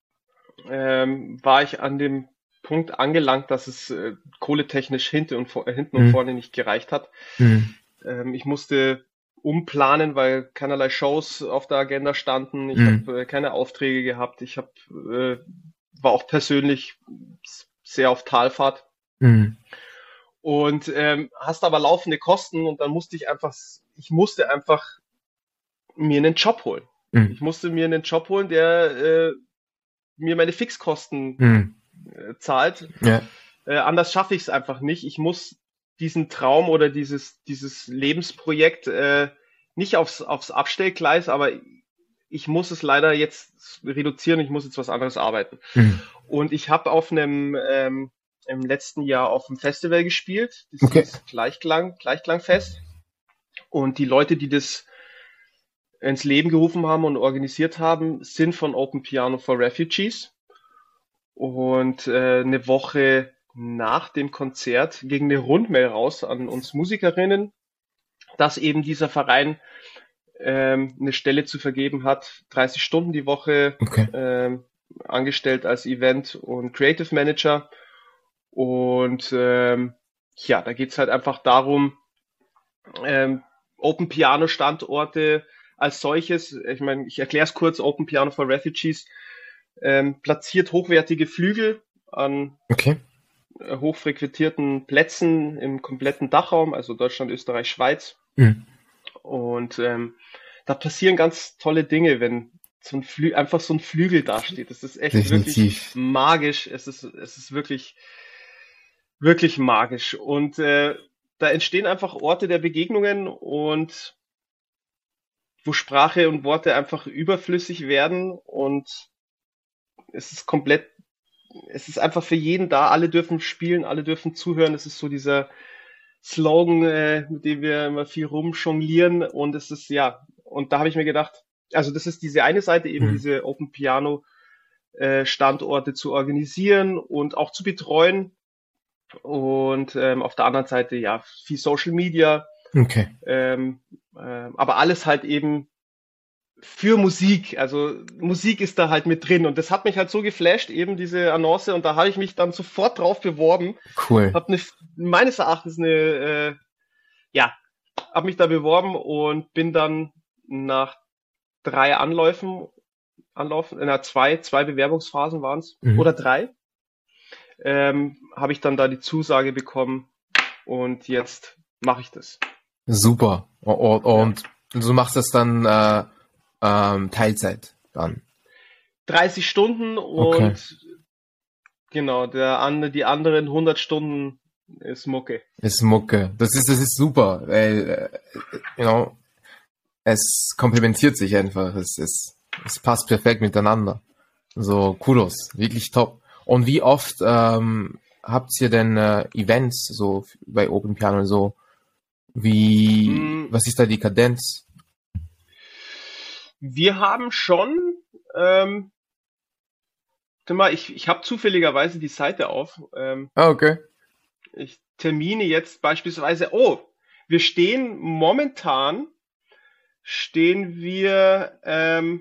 ähm, war ich an dem Punkt angelangt, dass es äh, kohletechnisch hinten und, vor, äh, hinten und Hm. vorne nicht gereicht hat. Hm. Ähm, ich musste umplanen, weil keinerlei Shows auf der Agenda standen. Ich Hm. habe äh, keine Aufträge gehabt. Ich hab, äh, war auch persönlich sehr auf Talfahrt. Hm. Und ähm, hast aber laufende Kosten und dann musste ich einfach, ich musste einfach mir einen Job holen. Hm. Ich musste mir einen Job holen, der äh, mir meine Fixkosten Hm. äh, zahlt. Ja. Äh, anders schaffe ich es einfach nicht. Ich muss diesen Traum oder dieses, dieses Lebensprojekt äh, nicht aufs, aufs Abstellgleis, aber ich muss es leider jetzt reduzieren. Ich muss jetzt was anderes arbeiten. Hm. Und ich habe auf einem ähm, im letzten Jahr auf einem Festival gespielt. Das Okay. ist Gleichklang, Gleichklangfest. Und die Leute, die das ins Leben gerufen haben und organisiert haben, sind von Open Piano for Refugees. Und äh, eine Woche nach dem Konzert ging eine Rundmail raus an uns Musikerinnen, dass eben dieser Verein ähm, eine Stelle zu vergeben hat, dreißig Stunden die Woche, Okay. ähm, angestellt als Event- und Creative Manager. Und ähm, ja, da geht's halt einfach darum, ähm, Open Piano Standorte als solches, ich meine, ich erkläre es kurz, Open Piano for Refugees ähm, platziert hochwertige Flügel an Okay. äh, hochfrequentierten Plätzen im kompletten Dachraum, also Deutschland, Österreich, Schweiz. Hm. Und ähm, da passieren ganz tolle Dinge, wenn so ein Flü einfach so ein Flügel dasteht. Das ist echt wirklich Definitiv. magisch. Es ist, es ist wirklich, wirklich magisch. Und äh, da entstehen einfach Orte der Begegnungen und wo Sprache und Worte einfach überflüssig werden und es ist komplett, es ist einfach für jeden da. Alle dürfen spielen, alle dürfen zuhören. Es ist so dieser Slogan, äh, mit dem wir immer viel rumjonglieren und es ist, ja, und da habe ich mir gedacht, also das ist diese eine Seite, eben Hm. diese Open Piano äh, Standorte zu organisieren und auch zu betreuen und ähm, auf der anderen Seite, ja, viel Social Media, Okay. ähm, ähm, aber alles halt eben für Musik. Also Musik ist da halt mit drin und das hat mich halt so geflasht, eben diese Annonce und da habe ich mich dann sofort drauf beworben. Cool. Hab eine, meines Erachtens eine, äh, ja, habe mich da beworben und bin dann nach drei Anläufen, Anlaufen, na, zwei, zwei Bewerbungsphasen waren es, Mhm. oder drei, ähm, habe ich dann da die Zusage bekommen und jetzt mache ich das. Super. Und, und du machst das dann äh, ähm, Teilzeit dann. dreißig Stunden und Okay. genau, der andere, die anderen hundert Stunden ist Mucke. Ist Mucke. Das ist, das ist super, weil, äh, you know, es komplementiert sich einfach. Es, es, es passt perfekt miteinander. So, Kudos. Wirklich top. Und wie oft ähm, habt ihr denn äh, Events so f- bei Open Piano und so? Wie, Mm. was ist da die Kadenz? Wir haben schon, ähm, warte mal, ich, ich habe zufälligerweise die Seite auf. Ähm, Ah, okay. ich Termine jetzt beispielsweise, oh, wir stehen momentan, stehen wir ähm,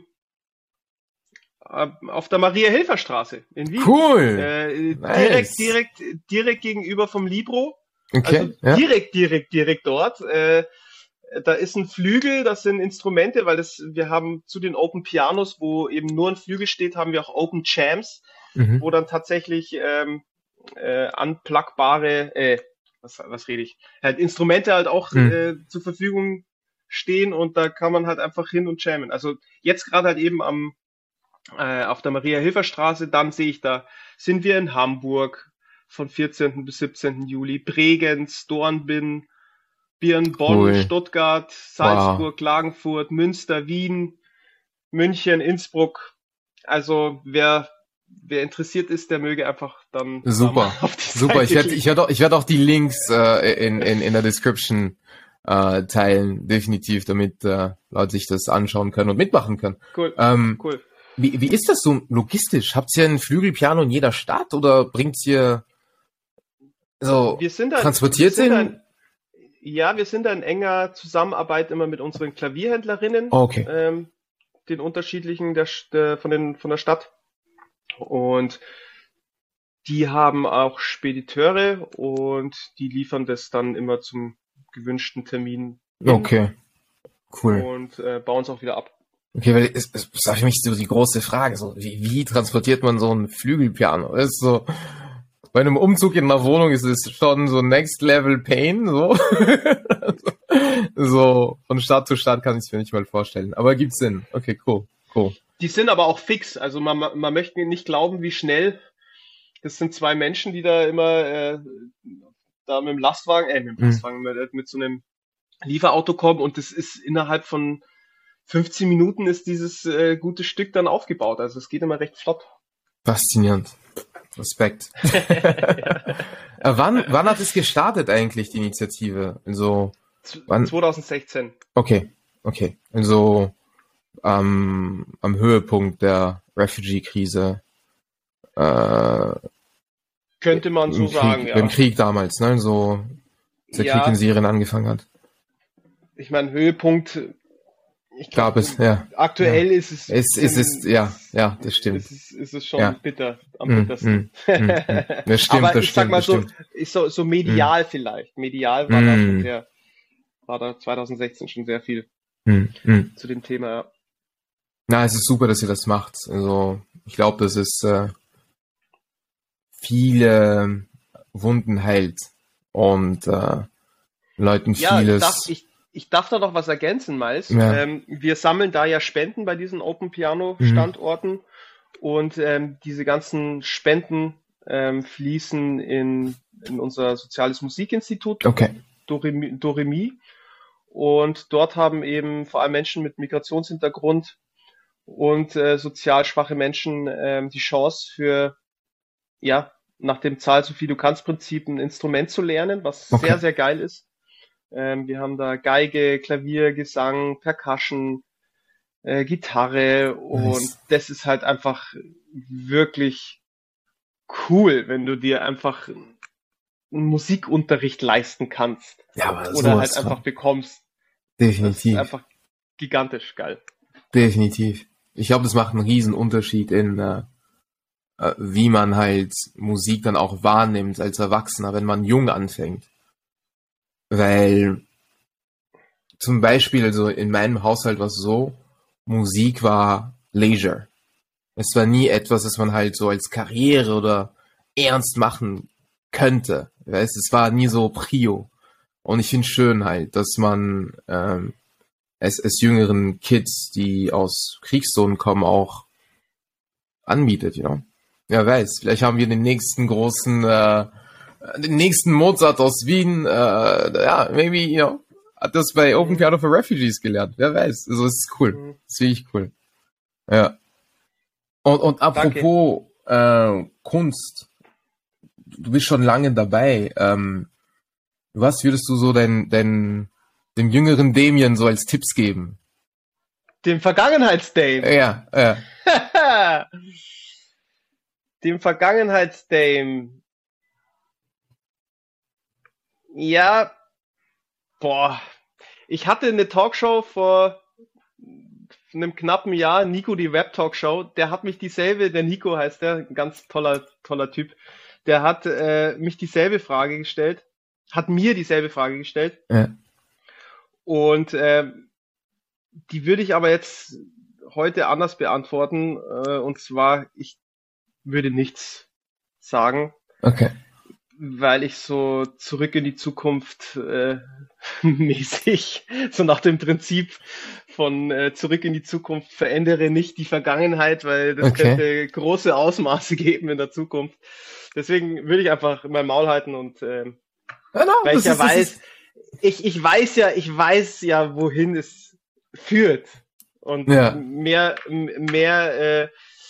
auf der Maria-Hilfer-Straße in Wien. Cool. Äh, Nice. direkt, direkt, direkt gegenüber vom Libro. Okay. Also Ja. direkt, direkt, direkt dort. Äh, da ist ein Flügel, das sind Instrumente, weil das, wir haben zu den Open Pianos, wo eben nur ein Flügel steht, haben wir auch Open Jams, Mhm. wo dann tatsächlich ähm, äh, unplugbare, äh, was, was rede ich, halt Instrumente halt auch Mhm. äh, zur Verfügung stehen und da kann man halt einfach hin und jammen. Also jetzt gerade halt eben am äh, auf der Maria-Hilfer-Straße, dann sehe ich da, sind wir in Hamburg von vierzehnten bis siebzehnten Juli, Bregenz, Dornbirn, Birn, Bonn, Cool. Stuttgart, Salzburg, Klagenfurt, Münster, Wien, München, Innsbruck. Also wer wer interessiert ist, der möge einfach dann da Super. mal auf die Super. Seite Ich werde klicken. ich werde auch, ich werde auch die Links äh, in, in, in der Description äh, teilen, definitiv, damit äh, Leute sich das anschauen können und mitmachen können. Cool, Ähm, cool. wie, wie ist das so logistisch? Habt ihr ein Flügelpiano in jeder Stadt oder bringt ihr so, Wir sind ein, wir transportiert sind den? ein, ja, wir sind da in enger Zusammenarbeit immer mit unseren Klavierhändlerinnen, Okay, ähm, den unterschiedlichen der, St- der, von den von der Stadt. Und die haben auch Spediteure und die liefern das dann immer zum gewünschten Termin hin okay, cool. und äh, bauen es auch wieder ab. Okay, weil es, es ist für mich so die große Frage, so wie, wie transportiert man so ein Flügelpiano? Das ist so, bei einem Umzug in einer Wohnung ist es schon so Next Level Pain, so. So von Stadt zu Stadt kann ich es mir nicht mal vorstellen. Aber gibt's Sinn. Okay, cool, cool. Die sind aber auch fix. Also man, man möchte nicht glauben, wie schnell. Das sind zwei Menschen, die da immer äh, da mit dem Lastwagen, äh, mit dem Mhm. Lastwagen, mit, mit so einem Lieferauto kommen und das ist innerhalb von fünfzehn Minuten ist dieses äh, gute Stück dann aufgebaut. Also es geht immer recht flott. Faszinierend. Respekt. Äh, wann, wann hat es gestartet eigentlich, die Initiative? Also, wann? zwanzig sechzehn. Okay, okay. Also ähm, am Höhepunkt der Refugee-Krise, äh, Könnte man so im Krieg, sagen, beim ja. Krieg damals, ne? So, als der Krieg in Ja, Syrien angefangen hat. ich meine, Höhepunkt, ich Gab glaube, es, ja. aktuell ist es, Es, es ist, ja, ja, das stimmt. ist, es, ist es schon Ja. bitter, am Mm, bittersten. mm, mm, mm. Das stimmt, Aber das ich sag stimmt, mal das so, stimmt. ist so, so medial vielleicht. Medial war da schon Mm, sehr, war da zwanzig sechzehn schon sehr viel mm, mm. zu dem Thema. Ja. Na, es ist super, dass ihr das macht. Also, ich glaube, dass es äh, viele Wunden heilt und äh, Leuten Ja, ich darf, vieles. ich, ich darf da noch was ergänzen, Miles. Ja. Ähm, wir sammeln da ja Spenden bei diesen Open Piano Mhm. Standorten und ähm, diese ganzen Spenden ähm, fließen in, in unser soziales Musikinstitut, Okay. Doremi, Doremi. Und dort haben eben vor allem Menschen mit Migrationshintergrund und äh, sozial schwache Menschen ähm, die Chance für, ja, nach dem Zahl so viel du kannst Prinzip ein Instrument zu lernen, was Okay. sehr, sehr geil ist. Ähm, wir haben da Geige, Klavier, Gesang, Percussion, äh, Gitarre und Nice. das ist halt einfach wirklich cool, wenn du dir einfach einen Musikunterricht leisten kannst Ja, aber oder sowas halt einfach von. bekommst. Das ist Definitiv. einfach gigantisch geil. Definitiv. Ich glaube, das macht einen riesen Unterschied in, äh, äh, wie man halt Musik dann auch wahrnimmt als Erwachsener, wenn man jung anfängt. Weil zum Beispiel, also in meinem Haushalt war es so, Musik war Leisure. Es war nie etwas, das man halt so als Karriere oder ernst machen könnte. Weißt, es war nie so Prio. Und ich finde schön halt, dass man ähm, es, es jüngeren Kids, die aus Kriegszonen kommen, auch anbietet, you know? Wer weiß, vielleicht haben wir den nächsten großen, äh, den nächsten Mozart aus Wien, äh, ja, maybe, you know, hat das bei Open Mhm. Piano for Refugees gelernt. Wer weiß, also es ist cool. Mhm. Das ist wirklich cool. Ja. Und, und Danke. apropos äh, Kunst, du bist schon lange dabei. Ähm, was würdest du so dein, dein, dem jüngeren Damien so als Tipps geben? Dem Vergangenheitsdame. Ja, ja. Dem Vergangenheitsdame. Ja, boah. Ich hatte eine Talkshow vor einem knappen Jahr, Nico, die Web-Talkshow, der hat mich dieselbe, der Nico heißt der, ein ganz toller, toller Typ, der hat äh, mich dieselbe Frage gestellt, hat mir dieselbe Frage gestellt Ja. und äh, die würde ich aber jetzt heute anders beantworten äh, und zwar, ich würde nichts sagen, Okay. weil ich so zurück in die Zukunft äh, mäßig, so nach dem Prinzip von äh, zurück in die Zukunft, verändere nicht die Vergangenheit, weil das Okay. könnte große Ausmaße geben in der Zukunft. Deswegen würde ich einfach mein Maul halten und äh, Ja, no, weil das ich ja ist, das weiß, ist, ich, ich weiß ja, ich weiß ja, wohin es führt. Und Ja. mehr, m- mehr, äh,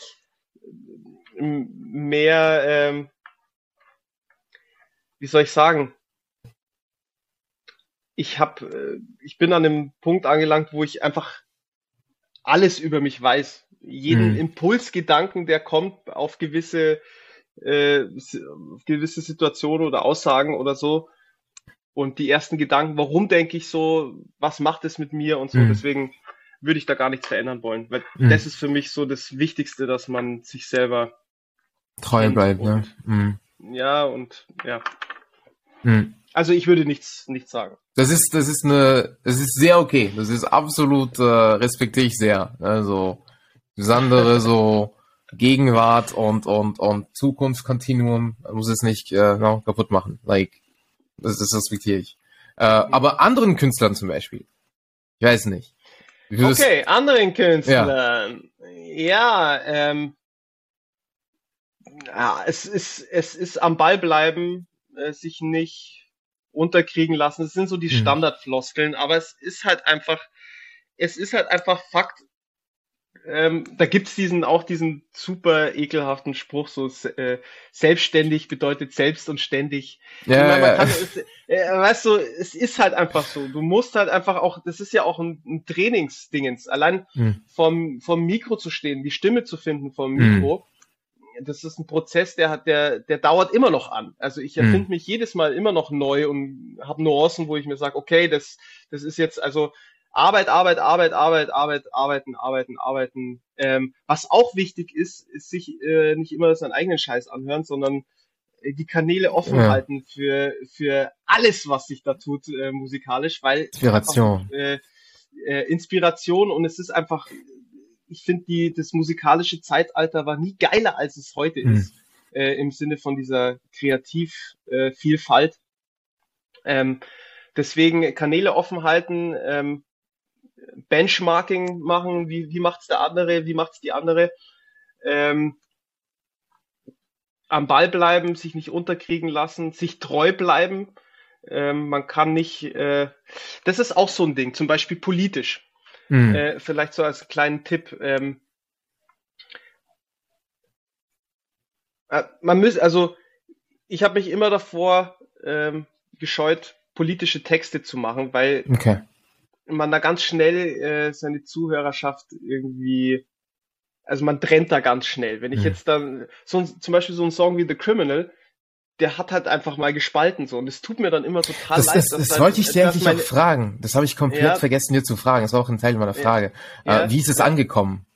m- mehr, ähm, wie soll ich sagen? ich habe, ich bin an einem Punkt angelangt, wo ich einfach alles über mich weiß. Jeden Hm. Impulsgedanken, der kommt auf gewisse, äh, auf gewisse Situationen oder Aussagen oder so. Und die ersten Gedanken, warum denke ich so, was macht es mit mir und so. Hm. Deswegen würde ich da gar nichts verändern wollen. Weil Hm. das ist für mich so das Wichtigste, dass man sich selber Treu kennt bleibt, ne? und Hm. ja, und ja. Hm. Also ich würde nichts, nichts sagen. Das ist, das ist eine, das ist sehr okay. Das ist absolut, äh, respektiere ich sehr. Also, das andere so Gegenwart und, und, und Zukunftskontinuum muss es nicht, äh, no, kaputt machen. Like, das, das respektiere ich. Äh, aber anderen Künstlern zum Beispiel. Ich weiß nicht. Wie würdest- Okay, anderen Künstlern. Ja, ähm, ja, es ist, es ist am Ball bleiben, äh, sich nicht unterkriegen lassen. Das sind so die Hm. Standardfloskeln, aber es ist halt einfach, es ist halt einfach Fakt. Ähm, da gibt's diesen, auch diesen super ekelhaften Spruch, so äh, selbstständig bedeutet selbst und ständig. Ich Ja, meine, man ja. kann, es, äh, weißt du, es ist halt einfach so. Du musst halt einfach auch, das ist ja auch ein, ein Trainingsdingens. Allein Hm. vom, vom Mikro zu stehen, die Stimme zu finden vom Hm. Mikro, das ist ein Prozess, der hat, der, der dauert immer noch an. Also ich erfinde Hm. mich jedes Mal immer noch neu und habe Nuancen, wo ich mir sage, okay, das, das ist jetzt also Arbeit, Arbeit, Arbeit, Arbeit, Arbeit, arbeiten, arbeiten, arbeiten. Ähm, was auch wichtig ist, ist sich äh, nicht immer seinen eigenen Scheiß anhören, sondern äh, die Kanäle offen Ja. halten für für alles, was sich da tut äh, musikalisch, weil Inspiration. einfach, äh, äh, Inspiration und es ist einfach, ich finde, die das musikalische Zeitalter war nie geiler, als es heute Hm. ist, äh, im Sinne von dieser Kreativvielfalt. Äh, Vielfalt. ähm, deswegen Kanäle offen halten, ähm, Benchmarking machen, wie, wie macht's der andere, wie macht's die andere, ähm, am Ball bleiben, sich nicht unterkriegen lassen, sich treu bleiben. Ähm, man kann nicht, äh, das ist auch so ein Ding, zum Beispiel politisch. Hm. Äh, vielleicht so als kleinen Tipp. Ähm, äh, man muss, also ich habe mich immer davor ähm, gescheut, politische Texte zu machen, weil Okay. man da ganz schnell äh, seine Zuhörerschaft irgendwie, also man trennt da ganz schnell. Wenn ich Hm. jetzt dann, so ein, zum Beispiel so ein Song wie The Criminal, der hat halt einfach mal gespalten so und es tut mir dann immer total Das, leid. das, dass das dann wollte ich dir etwas eigentlich meine, auch fragen. Das habe ich komplett Ja. vergessen, dir zu fragen. Das war auch ein Teil meiner Ja. Frage. Ja. Äh, wie ist es Ja. angekommen?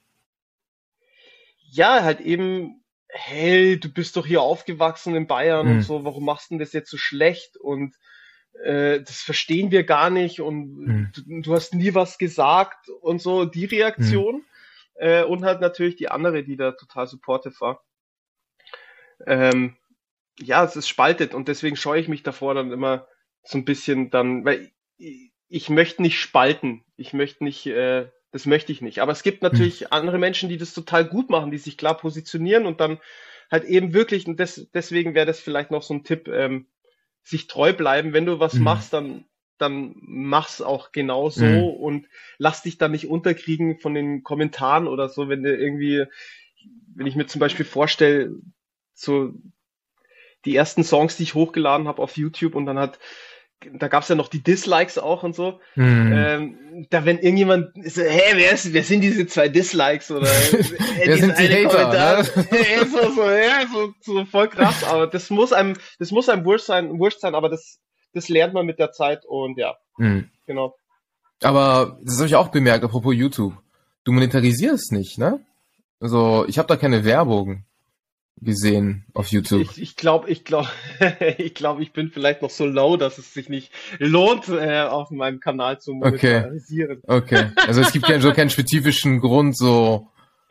ja, halt eben, hey, du bist doch hier aufgewachsen in Bayern Hm. und so, warum machst du denn das jetzt so schlecht und äh, das verstehen wir gar nicht und Hm. du, du hast nie was gesagt und so, die Reaktion. Äh, und halt natürlich die andere, die da total supportive war. Ähm, ja, es ist spaltet und deswegen scheue ich mich davor dann immer so ein bisschen dann, weil ich, ich möchte nicht spalten. Ich möchte nicht, äh, das möchte ich nicht. Aber es gibt natürlich andere Menschen, die das total gut machen, die sich klar positionieren und dann halt eben wirklich, und des, deswegen wäre das vielleicht noch so ein Tipp, ähm, sich treu bleiben. Wenn du was Mhm. machst, dann, dann mach's auch genau so Mhm. und lass dich dann nicht unterkriegen von den Kommentaren oder so, wenn du irgendwie, wenn ich mir zum Beispiel vorstelle, so die ersten Songs, die ich hochgeladen habe auf YouTube und dann hat, da gab's ja noch die Dislikes auch und so. Hm. Ähm, da wenn irgendjemand so, hä, wer, ist, wer sind diese zwei Dislikes oder äh, Wer sind die Hater, ne? äh, so, so, ja, so, so voll krass, aber das muss einem, das muss einem wurscht sein, wurscht sein, aber das, das lernt man mit der Zeit und ja, Hm. genau. Aber das habe ich auch bemerkt, apropos YouTube. Du monetarisierst nicht, ne? Also ich habe da keine Werbung gesehen auf YouTube. Ich, ich glaube, ich glaube, ich glaube, ich bin vielleicht noch so low, dass es sich nicht lohnt, äh, auf meinem Kanal zu Okay. monetarisieren. Okay. Also es gibt keinen, so keinen spezifischen Grund, so.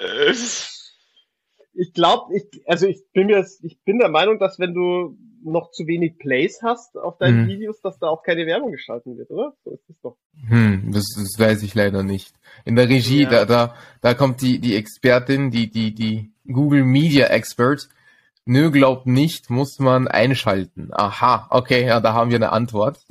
Ich glaube, ich, also ich bin mir, ich bin der Meinung, dass wenn du noch zu wenig Plays hast auf deinen Mhm. Videos, dass da auch keine Werbung geschalten wird, oder? So ist es doch. Hm, das, das weiß ich leider nicht. In der Regie, Ja. da, da, da kommt die, die Expertin, die, die, die Google Media Expert. Nö, glaubt nicht, muss man einschalten. Aha, okay, ja, da haben wir eine Antwort.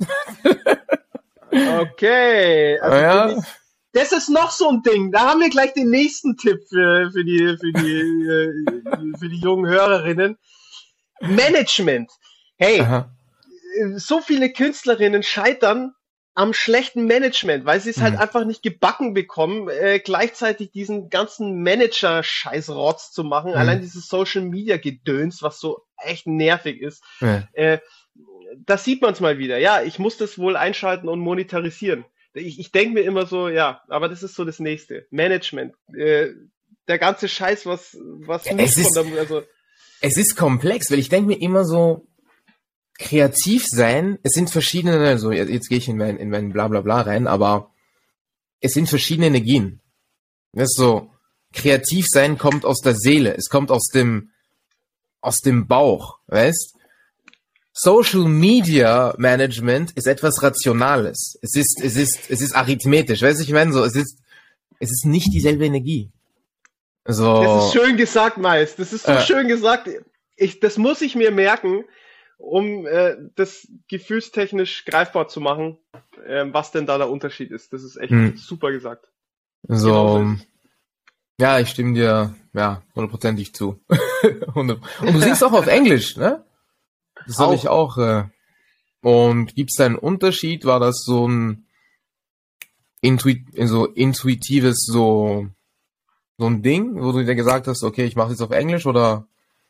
Okay, also Ja. bin ich, das ist noch so ein Ding. Da haben wir gleich den nächsten Tipp für, für die, für die, äh, für die jungen Hörerinnen. Management. Hey, Aha. so viele Künstlerinnen scheitern am schlechten Management, weil sie es halt Mhm. einfach nicht gebacken bekommen, äh, gleichzeitig diesen ganzen Manager-Scheiß-Rotz zu machen, allein Mhm. dieses Social-Media-Gedöns, was so echt nervig ist. Ja. Äh, das sieht man es mal wieder. Ja, ich muss das wohl einschalten und monetarisieren. Ich, ich denke mir immer so, ja, aber das ist so das Nächste. Management. Äh, der ganze Scheiß, was, was Es nicht von ist, der, also, es ist komplex, weil ich denke mir immer so, kreativ sein, es sind verschiedene, also jetzt, jetzt gehe ich in mein, in mein Blablabla rein, aber es sind verschiedene Energien. Das ist so, kreativ sein kommt aus der Seele, es kommt aus dem, aus dem Bauch, weißt? Social Media Management ist etwas Rationales. Es ist, es ist, es ist arithmetisch, weißt du, ich meine so, es ist, es ist nicht dieselbe Energie. das ist So, schön gesagt, Mais. Das ist so äh, schön gesagt. Ich, das muss ich mir merken, um äh, das gefühlstechnisch greifbar zu machen, äh, was denn da der Unterschied ist. Das ist echt hm, super gesagt. Genauso ist so, es. ja, ich stimme dir, ja, hundertprozentig zu. hundert Und du singst auch auf Englisch, ne? Das habe ich Auch. auch. Äh, und gibt's da einen Unterschied? War das so ein intuit so intuitives so so ein Ding, wo du dir gesagt hast, okay, ich mache jetzt auf Englisch oder?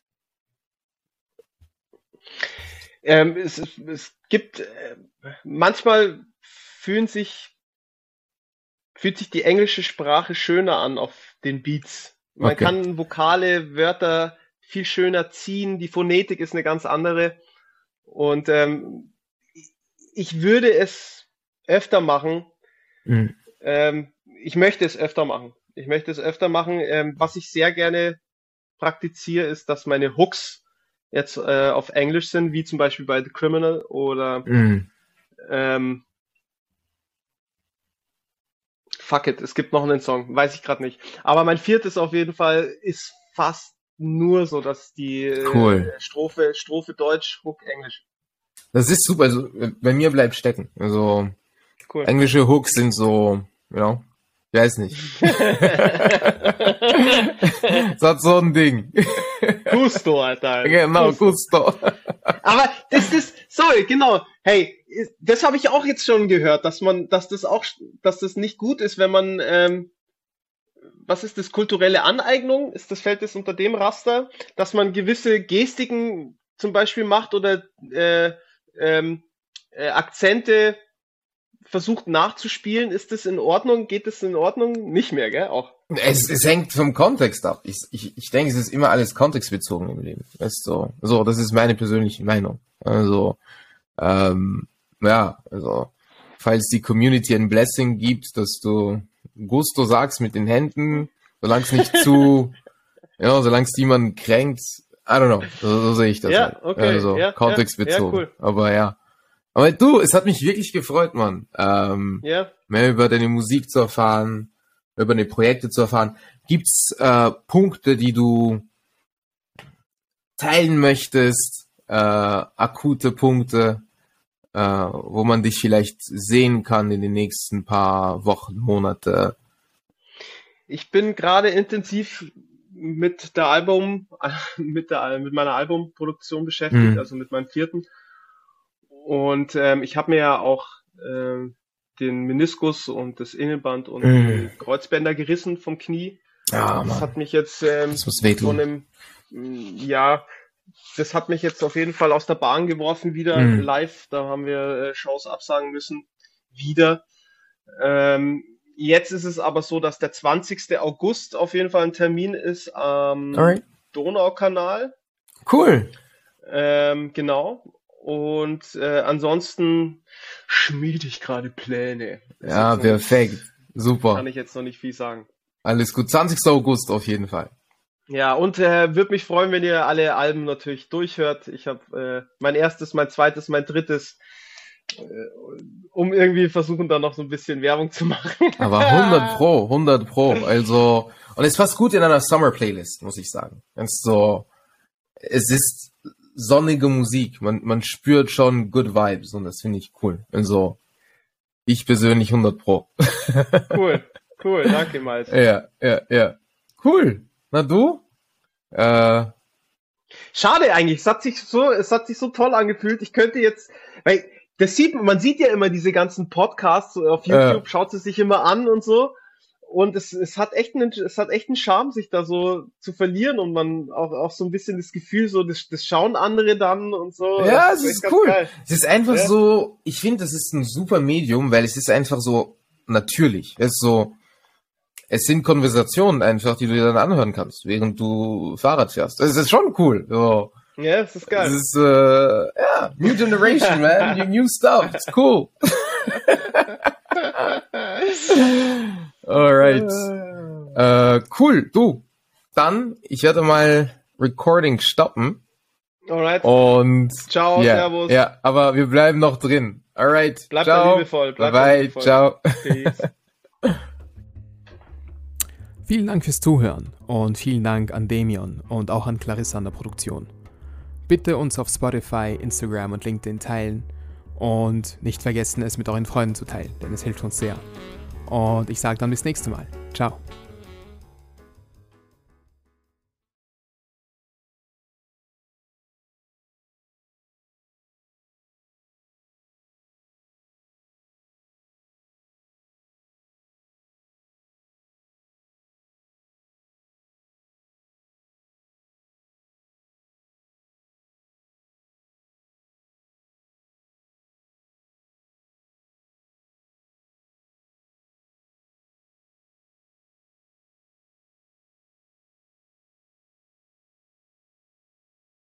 Ähm, es, es, es gibt äh, manchmal fühlen sich fühlt sich die englische Sprache schöner an auf den Beats. Man Okay. kann Vokale, Wörter viel schöner ziehen. Die Phonetik ist eine ganz andere. Und ähm, ich würde es öfter machen. Mhm. Ähm, ich möchte es öfter machen. Ich möchte es öfter machen. Ähm, was ich sehr gerne praktiziere, ist, dass meine Hooks jetzt äh, auf Englisch sind, wie zum Beispiel bei The Criminal oder Mhm. ähm, Fuck it, es gibt noch einen Song, weiß ich gerade nicht. Aber mein viertes auf jeden Fall ist fast nur so, dass die äh, Cool. Strophe, Strophe Deutsch, Hook Englisch. Das ist super. Also äh, bei mir bleibt stecken. Also Cool. englische Hooks sind so, you know, ich weiß nicht. Das hat so ein Ding. Gusto, Alter. Genau, Gusto. Gusto. Aber das ist, sorry, genau. Hey, das habe ich auch jetzt schon gehört, dass man, dass das auch, dass das nicht gut ist, wenn man, ähm, was ist das, kulturelle Aneignung? Ist das, fällt das unter dem Raster, dass man gewisse Gestiken zum Beispiel macht oder äh, ähm, äh, Akzente versucht nachzuspielen? Ist das in Ordnung? Geht das in Ordnung? Nicht mehr, gell? Auch. Es, es hängt vom Kontext ab. Ich, ich, ich denke, es ist immer alles kontextbezogen im Leben. Weißt du? So, so, das ist meine persönliche Meinung. Also, ähm, ja, also, falls die Community ein Blessing gibt, dass du Gusto sagst mit den Händen, solange es nicht zu, ja, solange es niemanden kränkt, I don't know, so, so sehe ich das Ja, halt. okay, Also, ja, ja, kontextbezogen. ja, cool. Aber ja. Aber du, es hat mich wirklich gefreut, Mann, ähm, Ja. mehr über deine Musik zu erfahren, über deine Projekte zu erfahren. Gibt's äh, Punkte, die du teilen möchtest, äh, akute Punkte, äh, wo man dich vielleicht sehen kann in den nächsten paar Wochen, Monate? Ich bin gerade intensiv mit der Album, mit der, mit meiner Albumproduktion beschäftigt, Hm. also mit meinem vierten. Und ähm, ich habe mir ja auch ähm, den Meniskus und das Innenband und Hm. die Kreuzbänder gerissen vom Knie. Ja, Das Mann, hat mich jetzt ähm, das muss von wehtun. einem, mm, ja, das hat mich jetzt auf jeden Fall aus der Bahn geworfen wieder Hm. live. Da haben wir äh, Shows absagen müssen. Wieder. Ähm, jetzt ist es aber so, dass der zwanzigste August auf jeden Fall ein Termin ist am Alright. Donaukanal. Cool. Ähm, genau. Und äh, ansonsten schmiede ich gerade Pläne. Ist Ja, jetzt noch perfekt. nichts, kann Super. ich jetzt noch nicht viel sagen. Alles gut. zwanzigster August auf jeden Fall. Ja, und äh, würde mich freuen, wenn ihr alle Alben natürlich durchhört. Ich habe äh, mein erstes, mein zweites, mein drittes, äh, um irgendwie versuchen, da noch so ein bisschen Werbung zu machen. Aber hundert Pro, hundert Pro. Also, und es passt gut in einer Summer-Playlist, muss ich sagen. Es ist so, es ist sonnige Musik. Man, man spürt schon Good Vibes und das finde ich cool. Also, ich persönlich hundert Pro. Cool, cool, danke mal. Ja, ja, ja. Cool. Na du? Äh, Schade eigentlich, es hat sich so, es hat sich so toll angefühlt. Ich könnte jetzt, weil das sieht man, man sieht ja immer diese ganzen Podcasts auf YouTube, äh. schaut sie sich immer an und so. Und es, es hat echt einen, es hat echt einen Charme, sich da so zu verlieren und man auch, auch so ein bisschen das Gefühl, so, das, das schauen andere dann und so. Ja, es ist, ist cool. Geil. Es ist einfach ja. so, ich finde, das ist ein super Medium, weil es ist einfach so natürlich. Es ist so, es sind Konversationen einfach, die du dir dann anhören kannst, während du Fahrrad fährst. Das ist schon cool. So. Ja, das ist geil. Das ist, äh, ja, New Generation, man. New, new stuff. It's cool. Alright. Äh, cool. Du. Dann, ich werde mal Recording stoppen. Alright. Und. Ciao, yeah, servus. Ja, aber wir bleiben noch drin. Alright. Bleib ciao. liebevoll. Bleib bye, liebevoll. Ciao. Peace. Vielen Dank fürs Zuhören und vielen Dank an Damian und auch an Clarissa an der Produktion. Bitte uns auf Spotify, Instagram und LinkedIn teilen und nicht vergessen, es mit euren Freunden zu teilen, denn es hilft uns sehr. Und ich sage dann bis nächste Mal. Ciao.